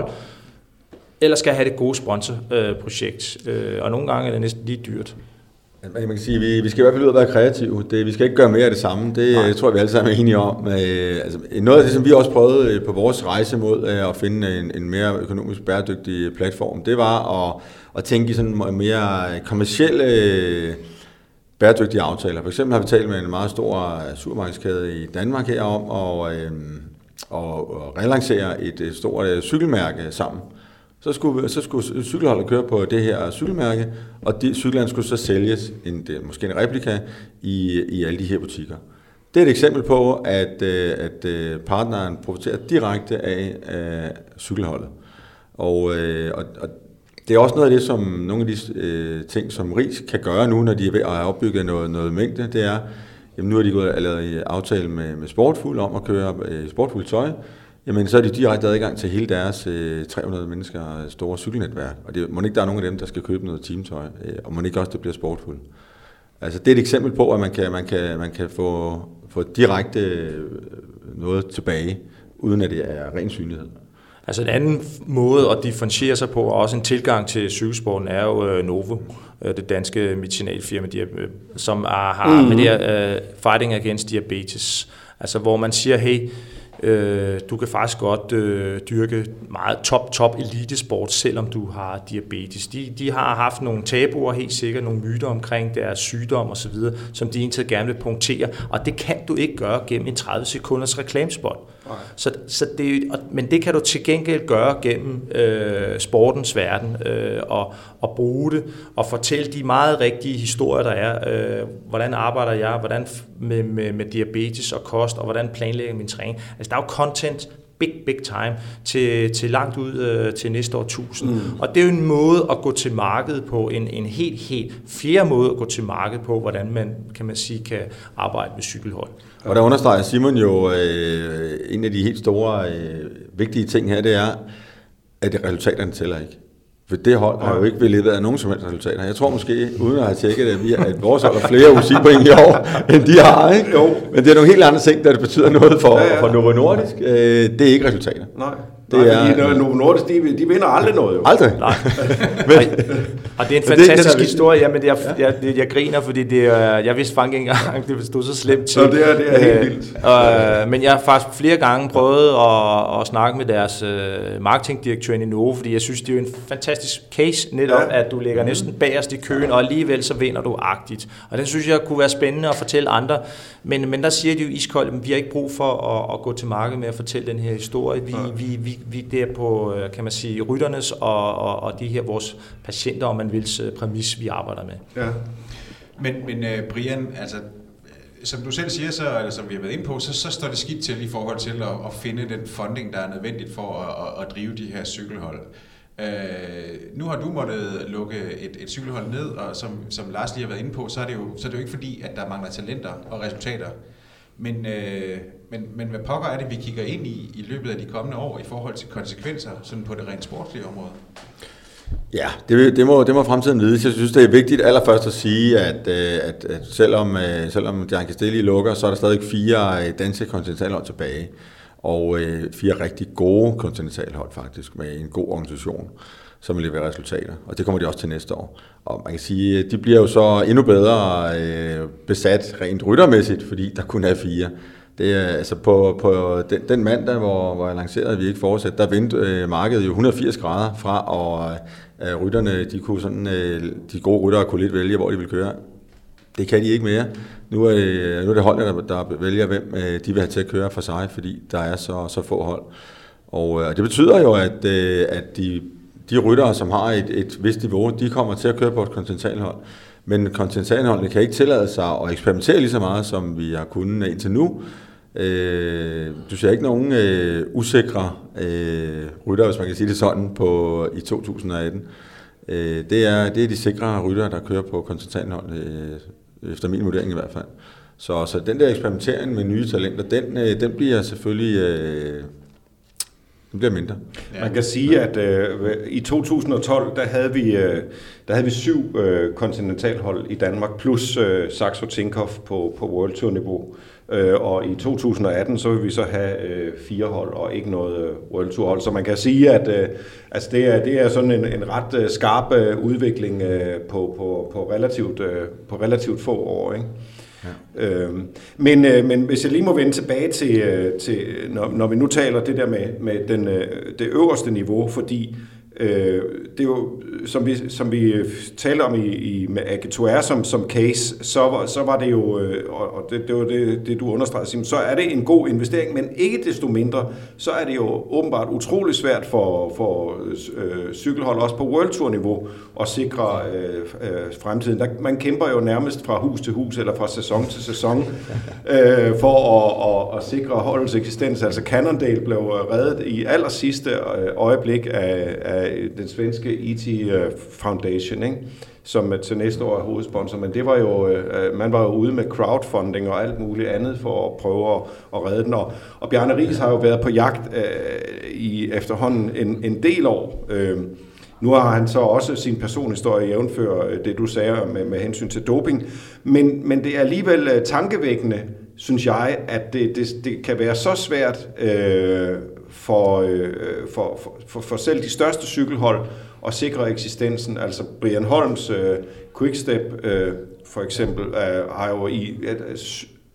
eller skal jeg have det gode sponsorprojekt? Øh, og nogle gange er det næsten lige dyrt. Man kan sige, vi, vi skal i hvert fald ud og være kreative. Det, vi skal ikke gøre mere af det samme. Det Nej. tror jeg, vi alle sammen er enige om. Øh, altså, noget af det, som vi også prøvede på vores rejse mod øh, at finde en, en mere økonomisk bæredygtig platform, det var at, at tænke i sådan mere kommercielle øh, bæredygtige aftaler. For eksempel har vi talt med en meget stor supermarkedskæde i Danmark her om at øh, og, og relancere et, et stort øh, cykelmærke sammen. Så skulle, så skulle cykelholdet køre på det her cykelmærke, og de, cyklerne skulle så sælges, en, det, måske en replika, i, i alle de her butikker. Det er et eksempel på, at, at partneren profiterer direkte af, af cykelholdet. Og, og, og det er også noget af det, som nogle af de øh, ting, som Ries kan gøre nu, når de er ved at have opbygget noget, noget mængde, det er, jamen nu har de gået allerede i aftale med, med Sportfuld om at køre øh, Sportfuld tøj. Jamen, så er de direkte adgang til hele deres øh, tre hundrede mennesker store cykelnetværk. Og det må ikke, der er nogen af dem, der skal købe noget teamtøj, øh, og må ikke også, det bliver Sportfuld. Altså, det er et eksempel på, at man kan, man kan, man kan få, få direkte øh, noget tilbage, uden at det er ren synlighed. Altså en anden måde at differentiere sig på, og også en tilgang til cykelsporten, er jo øh, Novo, øh, det danske medicinalfirma, de er, øh, som er, har mm-hmm. med det her øh, Fighting Against Diabetes. Altså, hvor man siger, hey, Øh, du kan faktisk godt øh, dyrke meget top, top elitesport, selvom du har diabetes. De, de har haft nogle tabuer, helt sikkert nogle myter omkring deres sygdom og så videre, som de egentlig gerne vil punktere, og det kan du ikke gøre gennem en tredive sekunders reklamespot. Så, så det, men det kan du til gengæld gøre gennem øh, sportens verden øh, og, og bruge det og fortælle de meget rigtige historier, der er. Øh, hvordan arbejder jeg hvordan med, med, med diabetes og kost, og hvordan planlægger min træning. Altså, der er jo content big, big time til, til langt ud øh, til næste årtusind. Mm. Og det er jo en måde at gå til markedet på, en, en helt, helt fjerde måde at gå til markedet på, hvordan man, kan man sige, kan arbejde med cykelhold. Og der understreger Simon jo, øh, en af de helt store, øh, vigtige ting her, det er, at det resultaterne tæller ikke. For det hold har jo ikke vel leveret af nogen som helst resultater. Jeg tror måske, uden at have tjekket det, at vores hold har flere U C I point i år, end de har, ikke? Jo. Men det er nogle helt andre ting, der betyder noget for, ja, ja. for Novo Nordisk. Øh, det er ikke resultater. Nej. Det Nej, er, Novo Nordisk, de, de vinder aldrig noget. Jo. Aldrig. Nej. Men, og det er en fantastisk det, historie. Jamen, det er, jeg, jeg, jeg griner, fordi det er, jeg vidste faktisk ikke engang, det stod så slemt til. Så det er, det er helt vildt. Øh, men jeg har faktisk flere gange prøvet at, at snakke med deres uh, marketingdirektør i Novo, fordi jeg synes, det er jo en fantastisk case, netop ja. at du ligger næsten bagerst i køen, og alligevel så vinder du agtigt. Og den synes jeg kunne være spændende at fortælle andre. Men, men der siger de jo iskoldt, at vi har ikke brug for at, at gå til markedet med at fortælle den her historie. Vi, ja. vi, vi, vi det er på, kan man sige, rytternes og, og, og de her vores patienter, om man vil, præmis, vi arbejder med. Ja. Men, men uh, Brian, altså, som du selv siger, så, eller som vi har været inde på, så, så står det skidt til i forhold til at, at finde den funding, der er nødvendigt for at, at, at drive de her cykelhold. Uh, nu har du måttet lukke et, et cykelhold ned, og som, som Lars lige har været inde på, så er det jo, så er det jo ikke fordi, at der mangler talenter og resultater. Men, øh, men, men hvad pokker er det, vi kigger ind i i løbet af de kommende år i forhold til konsekvenser sådan på det rent sportslige område? Ja, det, det, må, det må fremtiden vide. Jeg synes, det er vigtigt allerførst at sige, at, at, at selvom, selvom Gian Castelli lukker, så er der stadig fire danske kontinentalhold tilbage. Og fire rigtig gode kontinentalhold faktisk, med en god organisation, som leverer resultater. Og det kommer de også til næste år. Og man kan sige, at de bliver jo så endnu bedre øh, besat rent ryttermæssigt, fordi der kun er fire. Det er altså på, på den, den mandag, hvor, hvor jeg lancerede, at vi ikke fortsætter, der vendte øh, markedet jo et hundrede og firs grader fra, og øh, rytterne, de kunne sådan, øh, de gode ryttere kunne lidt vælge, hvor de vil køre. Det kan de ikke mere. Nu er, nu er det holdene, der, der vælger, hvem øh, de vil have til at køre for sig, fordi der er så, så få hold. Og øh, det betyder jo, at, øh, at de De ryttere, som har et, et vist niveau, de kommer til at køre på et kontinentalhold. Men kontinentalholdene kan ikke tillade sig at eksperimentere lige så meget, som vi har kunnet indtil nu. Øh, du ser ikke nogen øh, usikre øh, ryttere, hvis man kan sige det sådan, på, i to tusind og atten. Øh, det, er, det er de sikre ryttere, der kører på kontinentalhold, øh, efter min vurdering i hvert fald. Så, så den der eksperimentering med nye talenter, den, øh, den bliver selvfølgelig... Øh, Det bliver mindre. Man kan sige, at øh, i to tusind og tolv, der havde vi, øh, der havde vi syv øh, kontinentalhold i Danmark, plus øh, Saxo Tinkoff på, på World Tour niveau. Øh, og i to tusind og atten, så vil vi så have øh, fire hold og ikke noget øh, World Tour hold. Så man kan sige, at øh, altså det, er, det er sådan en, en ret øh, skarp øh, udvikling øh, på, på, på, relativt, øh, på relativt få år, ikke? Ja. Øhm, men, øh, men hvis jeg lige må vende tilbage til, øh, til når, når vi nu taler det der med, med den, øh, det øverste niveau, fordi øh, det er jo, som vi, som vi talte om i, i, med A G to R som, som case, så var, så var det jo, øh, og det, det var det, det du understregede, Simon, så er det en god investering, men ikke desto mindre, så er det jo åbenbart utrolig svært for, for øh, cykelhold, også på World Tour niveau, at sikre øh, øh, fremtiden. Der, man kæmper jo nærmest fra hus til hus, eller fra sæson til sæson, øh, for at, at, at sikre holdets eksistens. Altså Cannondale blev reddet i aller sidste øjeblik af, af den svenske E T Foundation, ikke? Som til næste år er hovedsponsor, men det var jo, øh, man var jo ude med crowdfunding og alt muligt andet for at prøve at, at redde den. Og, og Bjarne Riis har jo været på jagt øh, i efterhånden en, en del år. Øh, nu har han så også sin personhistorie jævnfør det, du sagde med, med hensyn til doping, men, men det er alligevel tankevækkende, synes jeg, at det, det, det kan være så svært øh, for, øh, for, for, for, for selv de største cykelhold at sikre eksistensen. Altså Brian Holms øh, Quickstep øh, for eksempel øh, har jo i øh,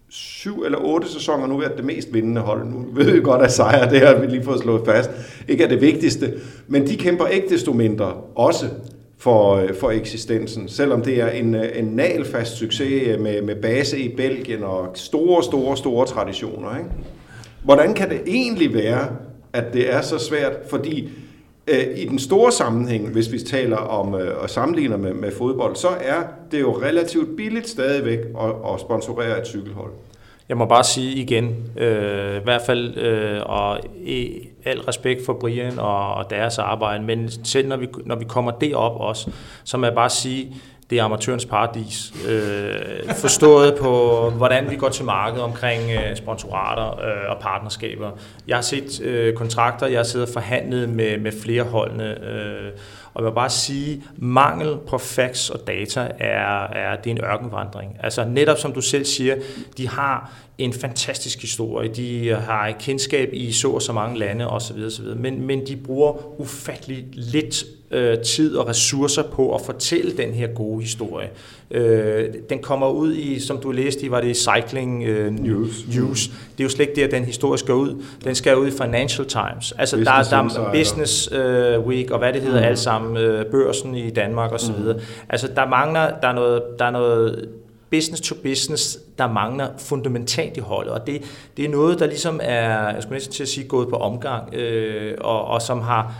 syv eller otte sæsoner nu været det mest vindende hold. Nu ved vi godt, at sejre, det har vi lige fået slået fast, ikke er det vigtigste. Men de kæmper ikke desto mindre også for, for eksistensen, selvom det er en, en nalfast succes med, med base i Belgien og store, store, store traditioner. Ikke? Hvordan kan det egentlig være, at det er så svært? Fordi øh, i den store sammenhæng, hvis vi taler om øh, og sammenligner med, med fodbold, så er det jo relativt billigt stadigvæk at, at sponsorere et cykelhold. Jeg må bare sige igen, øh, i hvert fald, øh, og i al respekt for Brian og, og deres arbejde, men selv når vi, når vi kommer derop også, så må jeg bare sige, det er amatørens paradis. Øh, forstået på, hvordan vi går til markedet omkring øh, sponsorater øh, og partnerskaber. Jeg har set øh, kontrakter, jeg har siddet og forhandlet med, med flere holdene, øh, og jeg vil bare sige, mangel på facts og data er, er, det er en ørkenvandring. Altså netop som du selv siger, de har en fantastisk historie, de har et kendskab i så og så mange lande osv. osv. Men, men de bruger ufattelig lidt øh, tid og ressourcer på at fortælle den her gode historie. Øh, den kommer ud i, som du læste i, var det Cycling øh, News. News. Det er jo slet ikke der, den historie skal ud. Den skal ud i Financial Times. Altså business der, der er Business øh, Week og hvad det hedder, mm. alt sammen, øh, børsen i Danmark osv. Mm. Altså der mangler, der er noget, der er noget business to business, der mangler fundamentalt i holdet, og det, det er noget, der ligesom er, jeg skulle næsten til at sige, gået på omgang, øh, og, og som har,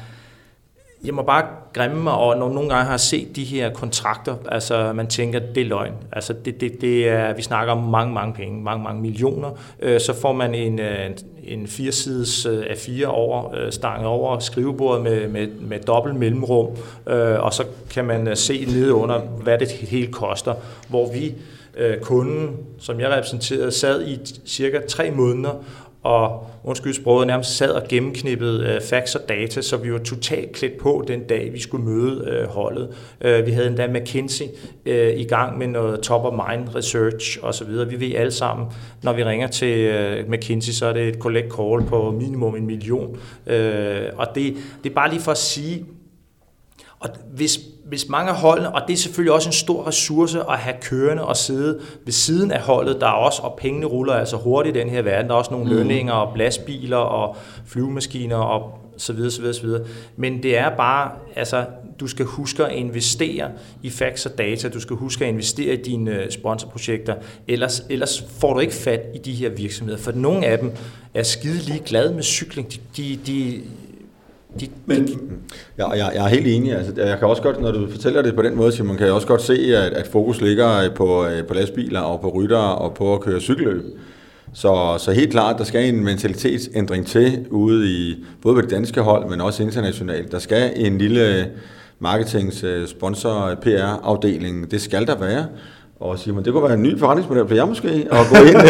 jeg må bare grimme mig over, når nogle gange har set de her kontrakter, altså man tænker, det er løgn, altså det, det, det er, vi snakker om mange, mange penge, mange, mange millioner, øh, så får man en, en firesides A fire over, øh, stanget over skrivebordet med, med, med dobbelt mellemrum, øh, og så kan man se nede under, hvad det hele koster, hvor vi kunden, som jeg repræsenterede, sad i cirka tre måneder og, undskyld sproget, nærmest sad og gennemknippede øh, facts og data, så vi var totalt klædt på den dag, vi skulle møde øh, holdet. Øh, vi havde endda McKinsey øh, i gang med noget top-of-mind research osv. Vi ved alle sammen, når vi ringer til øh, McKinsey, så er det et collect call på minimum en million. Øh, og det, det er bare lige for at sige, og hvis Hvis mange af holdene, og det er selvfølgelig også en stor ressource at have kørende og sidde ved siden af holdet, der er også, og pengene ruller altså hurtigt i den her verden, der er også nogle mm. lønninger og lastbiler og flyvemaskiner og så videre, så videre, så videre. Men det er bare, altså, du skal huske at investere i facts og data, du skal huske at investere i dine sponsorprojekter, ellers, ellers får du ikke fat i de her virksomheder, for nogle af dem er skide lige glade med cykling, de, de, de De, Men, ja, jeg, jeg er helt enig. Altså, jeg kan også godt, når du fortæller det på den måde, Simon, kan jeg også godt se, at, at fokus ligger på, på lastbiler og på ryttere og på at køre cykelløb. Så, så helt klart, der skal en mentalitetsændring til ude i både på det danske hold, men også internationalt. Der skal en lille marketings, sponsor, P R-afdeling. Det skal der være. Og Simon, det kunne være en ny forretningsmodel for jer måske, at gå ind.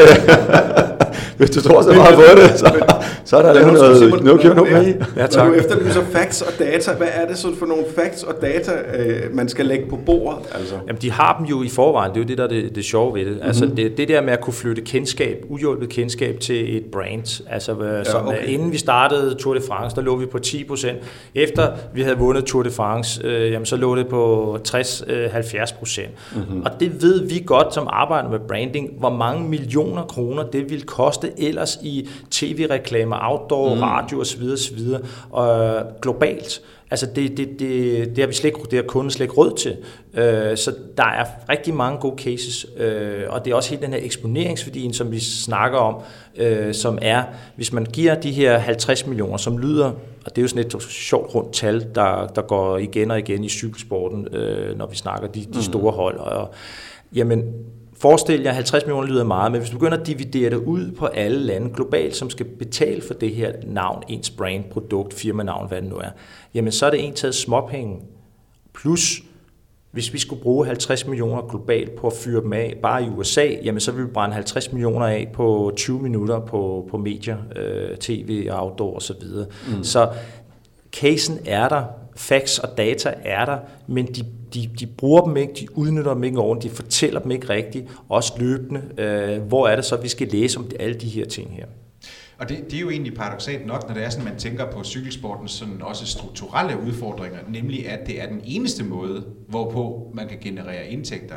Hvis du tror så meget på det, så, så er der lavet noget, noget købt noget med. Ja, tak. Når du efterlyser facts og data, hvad er det så for nogle facts og data, øh, man skal lægge på bordet? Altså? Jamen, de har dem jo i forvejen, det er jo det, der er det, det sjove ved det. Mm-hmm. Altså, det, det der med at kunne flytte kendskab, uhjulpet kendskab til et brand. Altså, ja, som, okay. Inden vi startede Tour de France, der lå vi på ti procent. Efter vi havde vundet Tour de France, øh, jamen, så lå det på tres til halvfjerds procent. Mm-hmm. Og det ved vi godt, som arbejder med branding, hvor mange millioner kroner det vil koste ellers i tv-reklamer, outdoor, mm. radio osv. osv. Og globalt. Altså det, det, det, det har vi slet ikke, det har kunden slet ikke råd til. Uh, så der er rigtig mange gode cases, uh, og det er også hele den her eksponeringsværdien, som vi snakker om, uh, som er, hvis man giver de her halvtreds millioner, som lyder, og det er jo sådan et sjovt rundt tal, der, der går igen og igen i cykelsporten, uh, når vi snakker de, de store hold. Og, jamen, forestil jer, halvtreds millioner lyder meget, men hvis du begynder at dividere det ud på alle lande globalt, som skal betale for det her navn, ens brand, produkt, firmanavn, hvad det nu er, jamen så er det en taget småpenge. Plus, hvis vi skulle bruge halvtreds millioner globalt på at fyre dem af, bare i U S A, jamen så vil vi brænde halvtreds millioner af på tyve minutter på, på medier, øh, tv, outdoor osv. Så, mm. så casen er der, facts og data er der, men de De, de bruger dem ikke, de udnytter dem ikke ordentligt, de fortæller dem ikke rigtigt, også løbende. Øh, hvor er det så, vi skal læse om alle de her ting her? Og det, det er jo egentlig paradoksalt nok, når det er sådan, man tænker på cykelsportens sådan også strukturelle udfordringer, nemlig at det er den eneste måde, hvorpå man kan generere indtægter.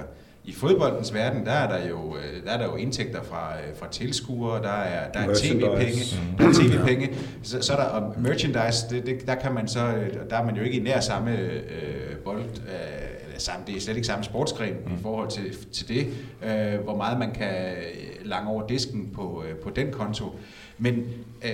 I fodboldens verden, der er der jo, der er der jo indtægter fra, fra tilskuere, der er, der er tv-penge, der er tv-penge, så, så er der og merchandise, det, det, der kan man så, der er man jo ikke i nær samme øh, bold, øh, samme, det er slet ikke samme sportsgren mm. i forhold til, til det, øh, hvor meget man kan lange over disken på, øh, på den konto. Men øh,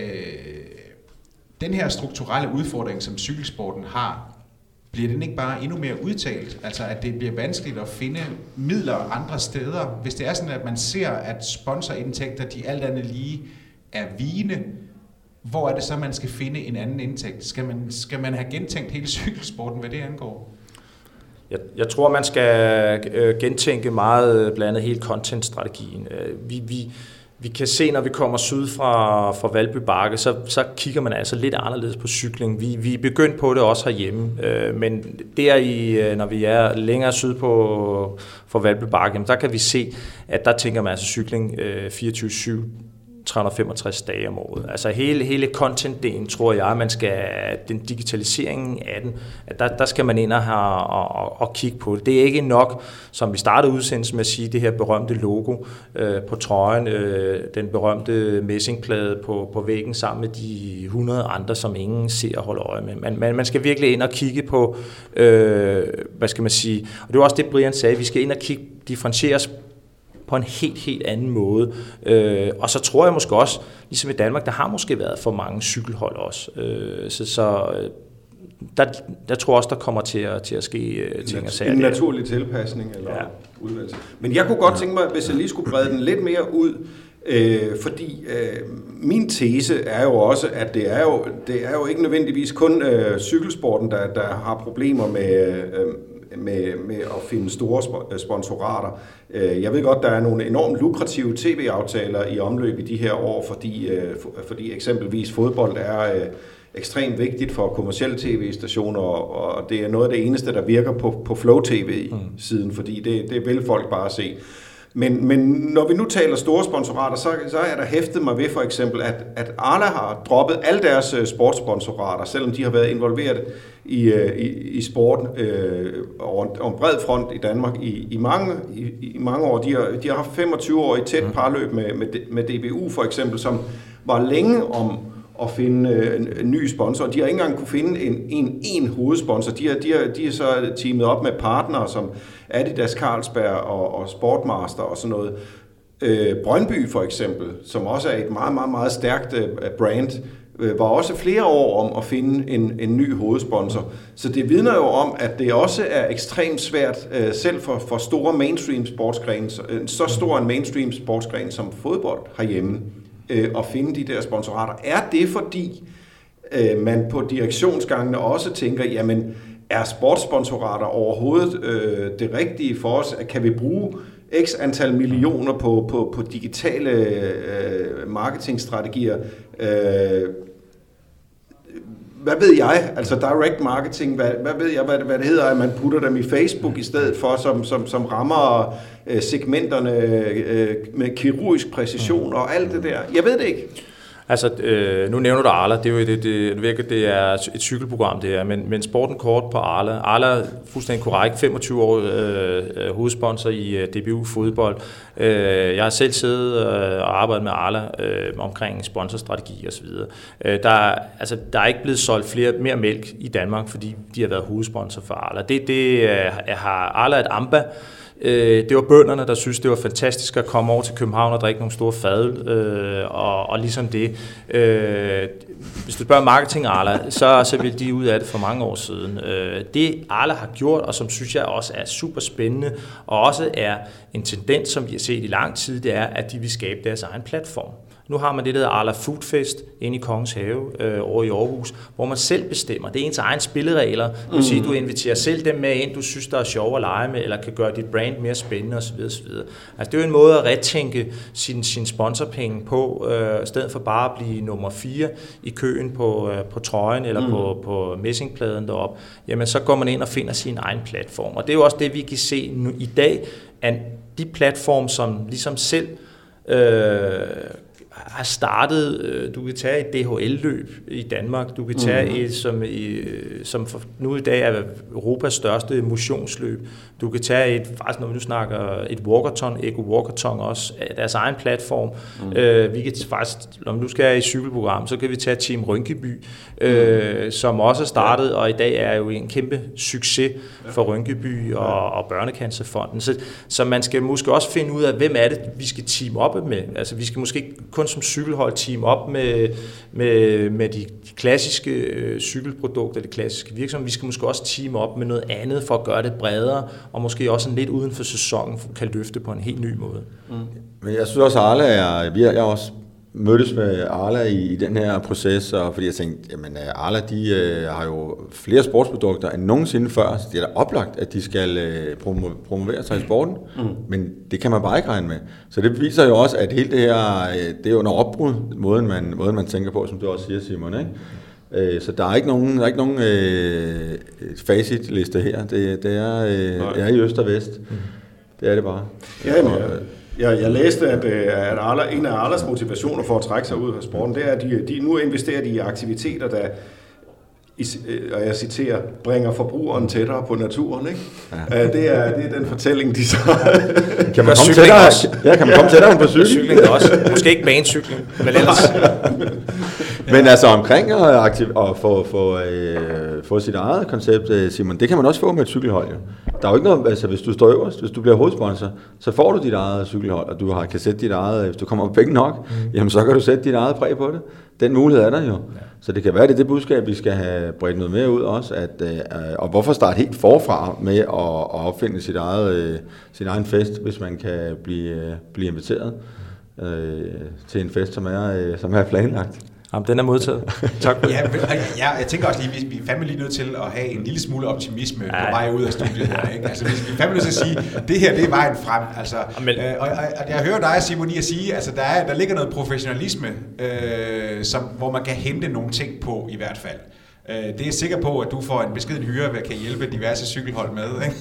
den her strukturelle udfordring, som cykelsporten har, bliver den ikke bare endnu mere udtalt? Altså at det bliver vanskeligt at finde midler andre steder, hvis det er sådan, at man ser, at sponsorindtægter, de alt andet lige er vigende, hvor er det så, man skal finde en anden indtægt? Skal man, skal man have gentænkt hele cykelsporten, hvad det angår? Jeg, jeg tror, man skal øh, gentænke meget blandt andet hele content-strategien. Vi, vi, vi kan se, når vi kommer syd fra, fra Valby Bakke, så, så kigger man altså lidt anderledes på cykling. Vi, vi er begyndt på det også herhjemme, øh, men der i, når vi er længere syd på for Valby Bakke, der kan vi se, at der tænker man altså cykling øh, fireogtyve syv, tre hundrede og femogtres dage om året. Altså hele, hele content-delen, tror jeg, man skal, den digitaliseringen af den, at der, der skal man ind og, have, og, og, og kigge på det. Det er ikke nok, som vi startede udsendelsen med at sige, det her berømte logo øh, på trøjen, øh, den berømte messingplade på, på væggen sammen med de hundrede andre, som ingen ser og holder øje med. Man, man, man skal virkelig ind og kigge på, øh, hvad skal man sige, og det var også det, Brian sagde, vi skal ind og kigge, differentieres på en helt, helt anden måde. Øh, og så tror jeg måske også, ligesom i Danmark, der har måske været for mange cykelhold også. Øh, så så der, der tror jeg også, der kommer til at, til at ske uh, ting og sager. En naturlig tilpasning eller ja. udvalgelse. Men jeg kunne godt tænke mig, hvis jeg lige skulle brede den lidt mere ud, øh, fordi øh, min tese er jo også, at det er jo, det er jo ikke nødvendigvis kun øh, cykelsporten, der, der har problemer med øh, Med, med at finde store sponsorater. Jeg ved godt, der er nogle enormt lukrative tv-aftaler i omløb i de her år, fordi, fordi eksempelvis fodbold er ekstremt vigtigt for kommercielle tv-stationer, og det er noget af det eneste, der virker på, på Flow T V-siden, fordi det, det vil folk bare se. Men, men når vi nu taler store sponsorater, så, så er der hæftet mig ved for eksempel, at, at Arla har droppet alle deres sportssponsorater, selvom de har været involveret i, i, i sport øh, over en bred front i Danmark i, i, mange, i, i mange år. De har, de har haft femogtyve år i tæt parløb med, med, med D B U for eksempel, som var længe om at finde en, en ny sponsor. De har ikke engang kunne finde en, en, en hovedsponsor. De har, de, har, de har så teamet op med partnere som Adidas, Carlsberg og, og Sportmaster og sådan noget. Øh, Brøndby for eksempel, som også er et meget, meget, meget stærkt øh, brand, øh, var også flere år om at finde en, en ny hovedsponsor. Så det vidner jo om, at det også er ekstremt svært, øh, selv for, for store mainstream sportsgrene, så, øh, så stor en mainstream sportsgren som fodbold herhjemme, at finde de der sponsorater. Er det fordi, øh, man på direktionsgangene også tænker, jamen, er sportssponsorater overhovedet øh, det rigtige for os? Kan vi bruge x antal millioner på, på, på digitale øh, marketingstrategier? Øh, hvad ved jeg? Altså direct marketing, hvad, hvad ved jeg, hvad, hvad det hedder, at man putter dem i Facebook i stedet for, som, som, som rammer øh, segmenterne øh, med kirurgisk præcision og alt det der. Jeg ved det ikke. Altså, øh, nu nævner du Arla, det er jo det, det, det, det er et cykelprogram, det er, men, men sporten kort på Arla. Arla er fuldstændig korrekt, femogtyve år øh, hovedsponsor i øh, D B U fodbold. Øh, jeg har selv siddet øh, og arbejdet med Arla øh, omkring sponsorstrategi osv. Øh, der, altså, der er ikke blevet solgt flere, mere mælk i Danmark, fordi de har været hovedsponsor for Arla. Det, det øh, har Arla et amba. Det var bønderne, der synes det var fantastisk at komme over til København og drikke nogle store fadøl, øh, og, og ligesom det. Øh, hvis du spørger marketing Arla, så, så vil de ud af det for mange år siden. Øh, det Arla har gjort, og som synes jeg også er super spændende, og også er en tendens, som vi har set i lang tid, det er, at de vil skabe deres egen platform. Nu har man det, der hedder Arla Foodfest inde i Kongens Have øh, over i Aarhus, hvor man selv bestemmer. Det er ens egen spilleregler. Du vil mm. sige, du inviterer selv dem med ind, du synes, der er sjov at lege med, eller kan gøre dit brand mere spændende osv. osv. Altså, det er jo en måde at retænke sin, sin sponsorpenge på, øh, i stedet for bare at blive nummer fire i køen på, øh, på trøjen eller mm. på, på messingpladen deroppe. Jamen, så går man ind og finder sin egen platform. Og det er jo også det, vi kan se nu i dag, at de platforme, som ligesom selv øh, har startet, du kan tage et D H L-løb i Danmark, du kan tage mm. et, som, i, som for nu i dag er Europas største motionsløb, du kan tage et, faktisk når vi nu snakker et walkathon, Eco Walkathon også, deres egen platform, mm. øh, vi kan faktisk, når vi nu skal i cykelprogram, så kan vi tage Team Rynkeby, øh, mm. som også er startet, og i dag er jo en kæmpe succes for Rynkeby og, og Børnecancerfonden, så, så man skal måske også finde ud af, hvem er det, vi skal team op med, altså vi skal måske ikke kun som cykelhold team op med, med, med de, de klassiske øh, cykelprodukter, de klassiske virksomheder. Vi skal måske også team op med noget andet for at gøre det bredere, og måske også en lidt uden for sæsonen kan løfte på en helt ny måde. Mm. Men jeg synes også, Arla er, vi har, jeg har også mødtes med Arla i, i den her proces, og fordi jeg tænkte, jamen Arla, de øh, har jo flere sportsprodukter end nogensinde før, så det er da oplagt, at de skal øh, promo- promovere sig i sporten, mm. men det kan man bare ikke regne med. Så det viser jo også, at hele det her, øh, det er jo under opbrud, måden man, måden man tænker på, som du også siger, Simon, ikke? Øh, så der er ikke nogen, der er ikke nogen øh, facitliste her, det, det, er, øh, det er i øst og vest, mm. det er det bare. Ja, men, og, Jeg, jeg læste, at, at Arla, en af Arlas motivationer for at trække sig ud af sporten, det er, at de, de nu investerer de i aktiviteter, der, og jeg citerer, bringer forbrugeren tættere på naturen. Ikke? Ja. Det, er, det er den fortælling, de så... Kan man komme tættere, ja, kan man komme tættere end på cykel? Cykling også. Måske ikke banecykling, men ellers... Men altså omkring at, aktiv- at få, få, øh, få sit eget koncept, Simon, det kan man også få med et cykelhold. Jo. Der er jo ikke noget, altså hvis du står øverst, hvis du bliver hovedsponsor, så får du dit eget cykelhold, og du har, kan sætte dit eget, hvis du kommer på penge nok, mm. jamen så kan du sætte dit eget præg på det. Den mulighed er der jo. Ja. Så det kan være, det er det budskab, vi skal have bredt noget mere ud også, at, øh, og hvorfor starte helt forfra med at, at opfinde sit eget, øh, sin egen fest, hvis man kan blive, øh, blive inviteret øh, til en fest, som er, øh, som er planlagt. Jamen, den er modtaget. Tak for det. Ja, ja, jeg tænker også lige, vi er fandme lige nødt til at have en lille smule optimisme ja. på vej ud af studiet her. Ikke? Altså, vi er fandme nødt til at sige, at det her det er vejen frem. Altså, øh, og, og, og jeg hører dig, Simon, i at sige, altså der, er, der ligger noget professionalisme, øh, som, hvor man kan hente nogle ting på i hvert fald. Øh, det er jeg sikker på, at du får en beskeden hyre, hvad kan hjælpe diverse cykelhold med. Ikke?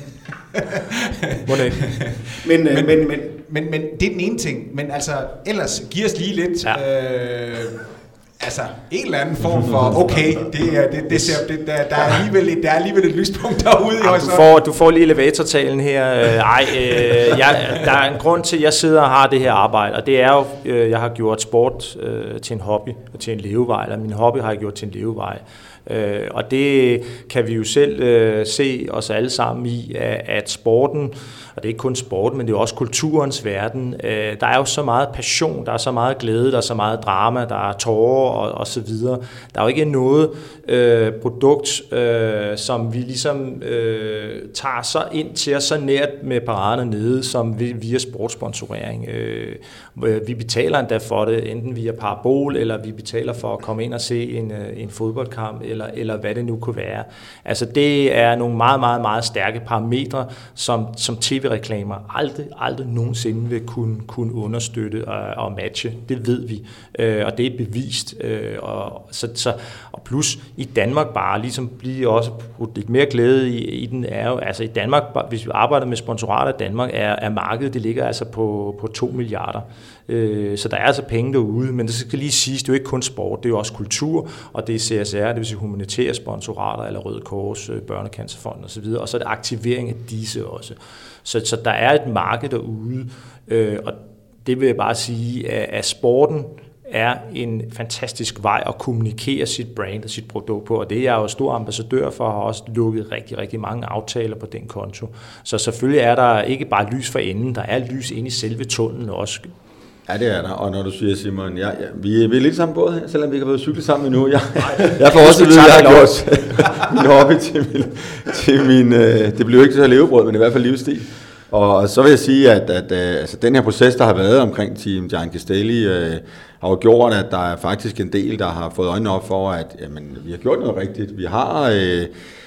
men, men, men, men, men, men det er den ene ting. Men altså, ellers giv os lige lidt... Ja. Øh, Altså, en eller anden form for, okay, det er, det, det ser, det, der, der, er alligevel et, der er alligevel et lyspunkt derude i horisonten. Du får, du får lige elevatortalen her. Ej, øh, jeg, der er en grund til, at jeg sidder og har det her arbejde, og det er jo, øh, jeg har gjort sport øh, til en hobby og til en levevej, eller min hobby har jeg gjort til en levevej. Øh, og det kan vi jo selv øh, se os alle sammen i, at, at sporten, og det er ikke kun sporten, men det er også kulturens verden, øh, der er jo så meget passion, der er så meget glæde, der er så meget drama, der er tårer og, og så videre. Der er jo ikke noget øh, produkt, øh, som vi ligesom øh, tager så ind til os så nært med paraderne nede, som vi, via sportssponsorering. Øh, vi betaler endda for det, enten via parabol, eller vi betaler for at komme ind og se en, en fodboldkamp, eller, eller hvad det nu kunne være. Altså det er nogle meget, meget, meget stærke parametre, som, som tv-reklamer aldrig, aldrig nogensinde vil kunne, kunne understøtte og, og matche. Det ved vi, øh, og det er bevist. Øh, og, så, så, og plus i Danmark bare, ligesom bliver også lidt mere glæde i, i den, er jo, altså i Danmark, hvis vi arbejder med sponsorater i Danmark, er, er markedet, det ligger altså på, på to milliarder. Øh, så der er altså penge derude, men det skal lige siges, det er jo ikke kun sport, det er jo også kultur, og det er C S R, det vil sige humanitære sponsorater, eller Røde Kors, Børnecancerfonden osv., og så er det aktivering af disse også. Så, så der er et marked derude, øh, og det vil jeg bare sige, at, at sporten er en fantastisk vej at kommunikere sit brand og sit produkt på, og det er jeg jo stor ambassadør for, og har også lukket rigtig, rigtig mange aftaler på den konto. Så selvfølgelig er der ikke bare lys for enden, der er lys inde i selve tunnelen også. Ja, det er der, og når du siger, Simon, ja, ja, vi, vi er lidt samme båd her, selvom vi ikke har været cykle sammen endnu. Jeg, jeg får også at vide, at jeg har gjort min hobby til min, til min øh, det blev ikke så levebrød, men i hvert fald livsstil. Og så vil jeg sige, at, at, at altså, den her proces, der har været omkring Team Giant Castelli, øh, har jo gjort, at der er faktisk en del, der har fået øjnene op for, at jamen, vi har gjort noget rigtigt. Vi har... Øh,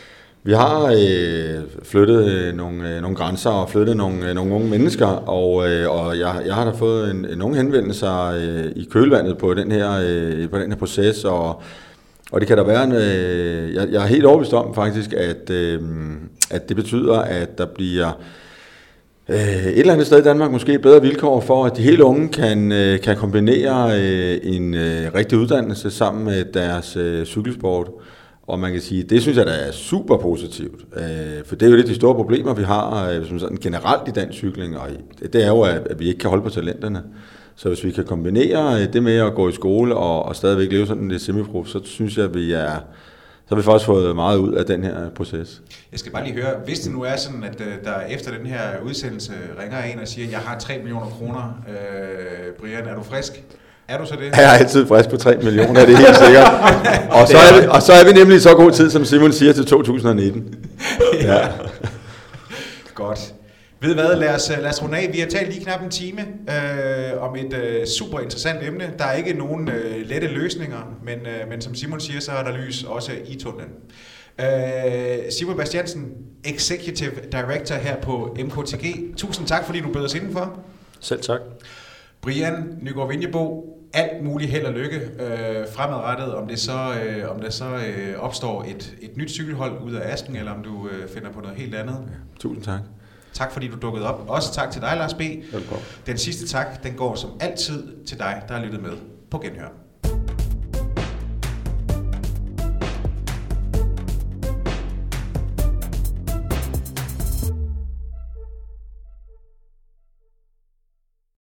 Vi har øh, flyttet øh, nogle, øh, nogle grænser og flyttet nogle, øh, nogle unge mennesker, og, øh, og jeg, jeg har da fået en, nogle henvendelser øh, i kølvandet på den her, øh, på den her proces, og, og det kan der være en, øh, jeg, jeg er helt overbevist om faktisk, at, øh, at det betyder, at der bliver et eller andet sted i Danmark måske bedre vilkår for, at de helt unge kan, kan kombinere en rigtig uddannelse sammen med deres cykelsport. Og man kan sige, det synes jeg da er super positivt, for det er jo lidt de store problemer, vi har som sådan generelt i dansk cykling, og det er jo, at vi ikke kan holde på talenterne. Så hvis vi kan kombinere det med at gå i skole og, og stadigvæk leve sådan lidt semiprof, så synes jeg, at vi er... Så har vi faktisk fået meget ud af den her proces. Jeg skal bare lige høre, hvis det nu er sådan, at der efter den her udsendelse ringer en og siger, at jeg har tre millioner kroner, øh, Brian, er du frisk? Er du så det? Jeg er altid frisk på tre millioner, det er helt sikkert. Og så er, vi, og så er vi nemlig i så god tid, som Simon siger, til to tusind nitten. Ja. Ja. Godt. Ved hvad, lad os, lad os runde af. Vi har talt lige knap en time øh, om et øh, super interessant emne. Der er ikke nogen øh, lette løsninger, men, øh, men som Simon siger, så er der lys også i tunnelen. Øh, Simon Bastiansen, Executive Director her på M K T G. Tusind tak, fordi du bød os indenfor. Selv tak. Brian Nygaard-Vinjebo, alt muligt held og lykke øh, fremadrettet, om det så, øh, om der så øh, opstår et, et nyt cykelhold ud af asken, eller om du øh, finder på noget helt andet. Ja, tusind tak. Tak fordi du dukkede op. Også tak til dig, Lars B. Velkommen. Den sidste tak, den går som altid til dig, der har lyttet med på Genhør.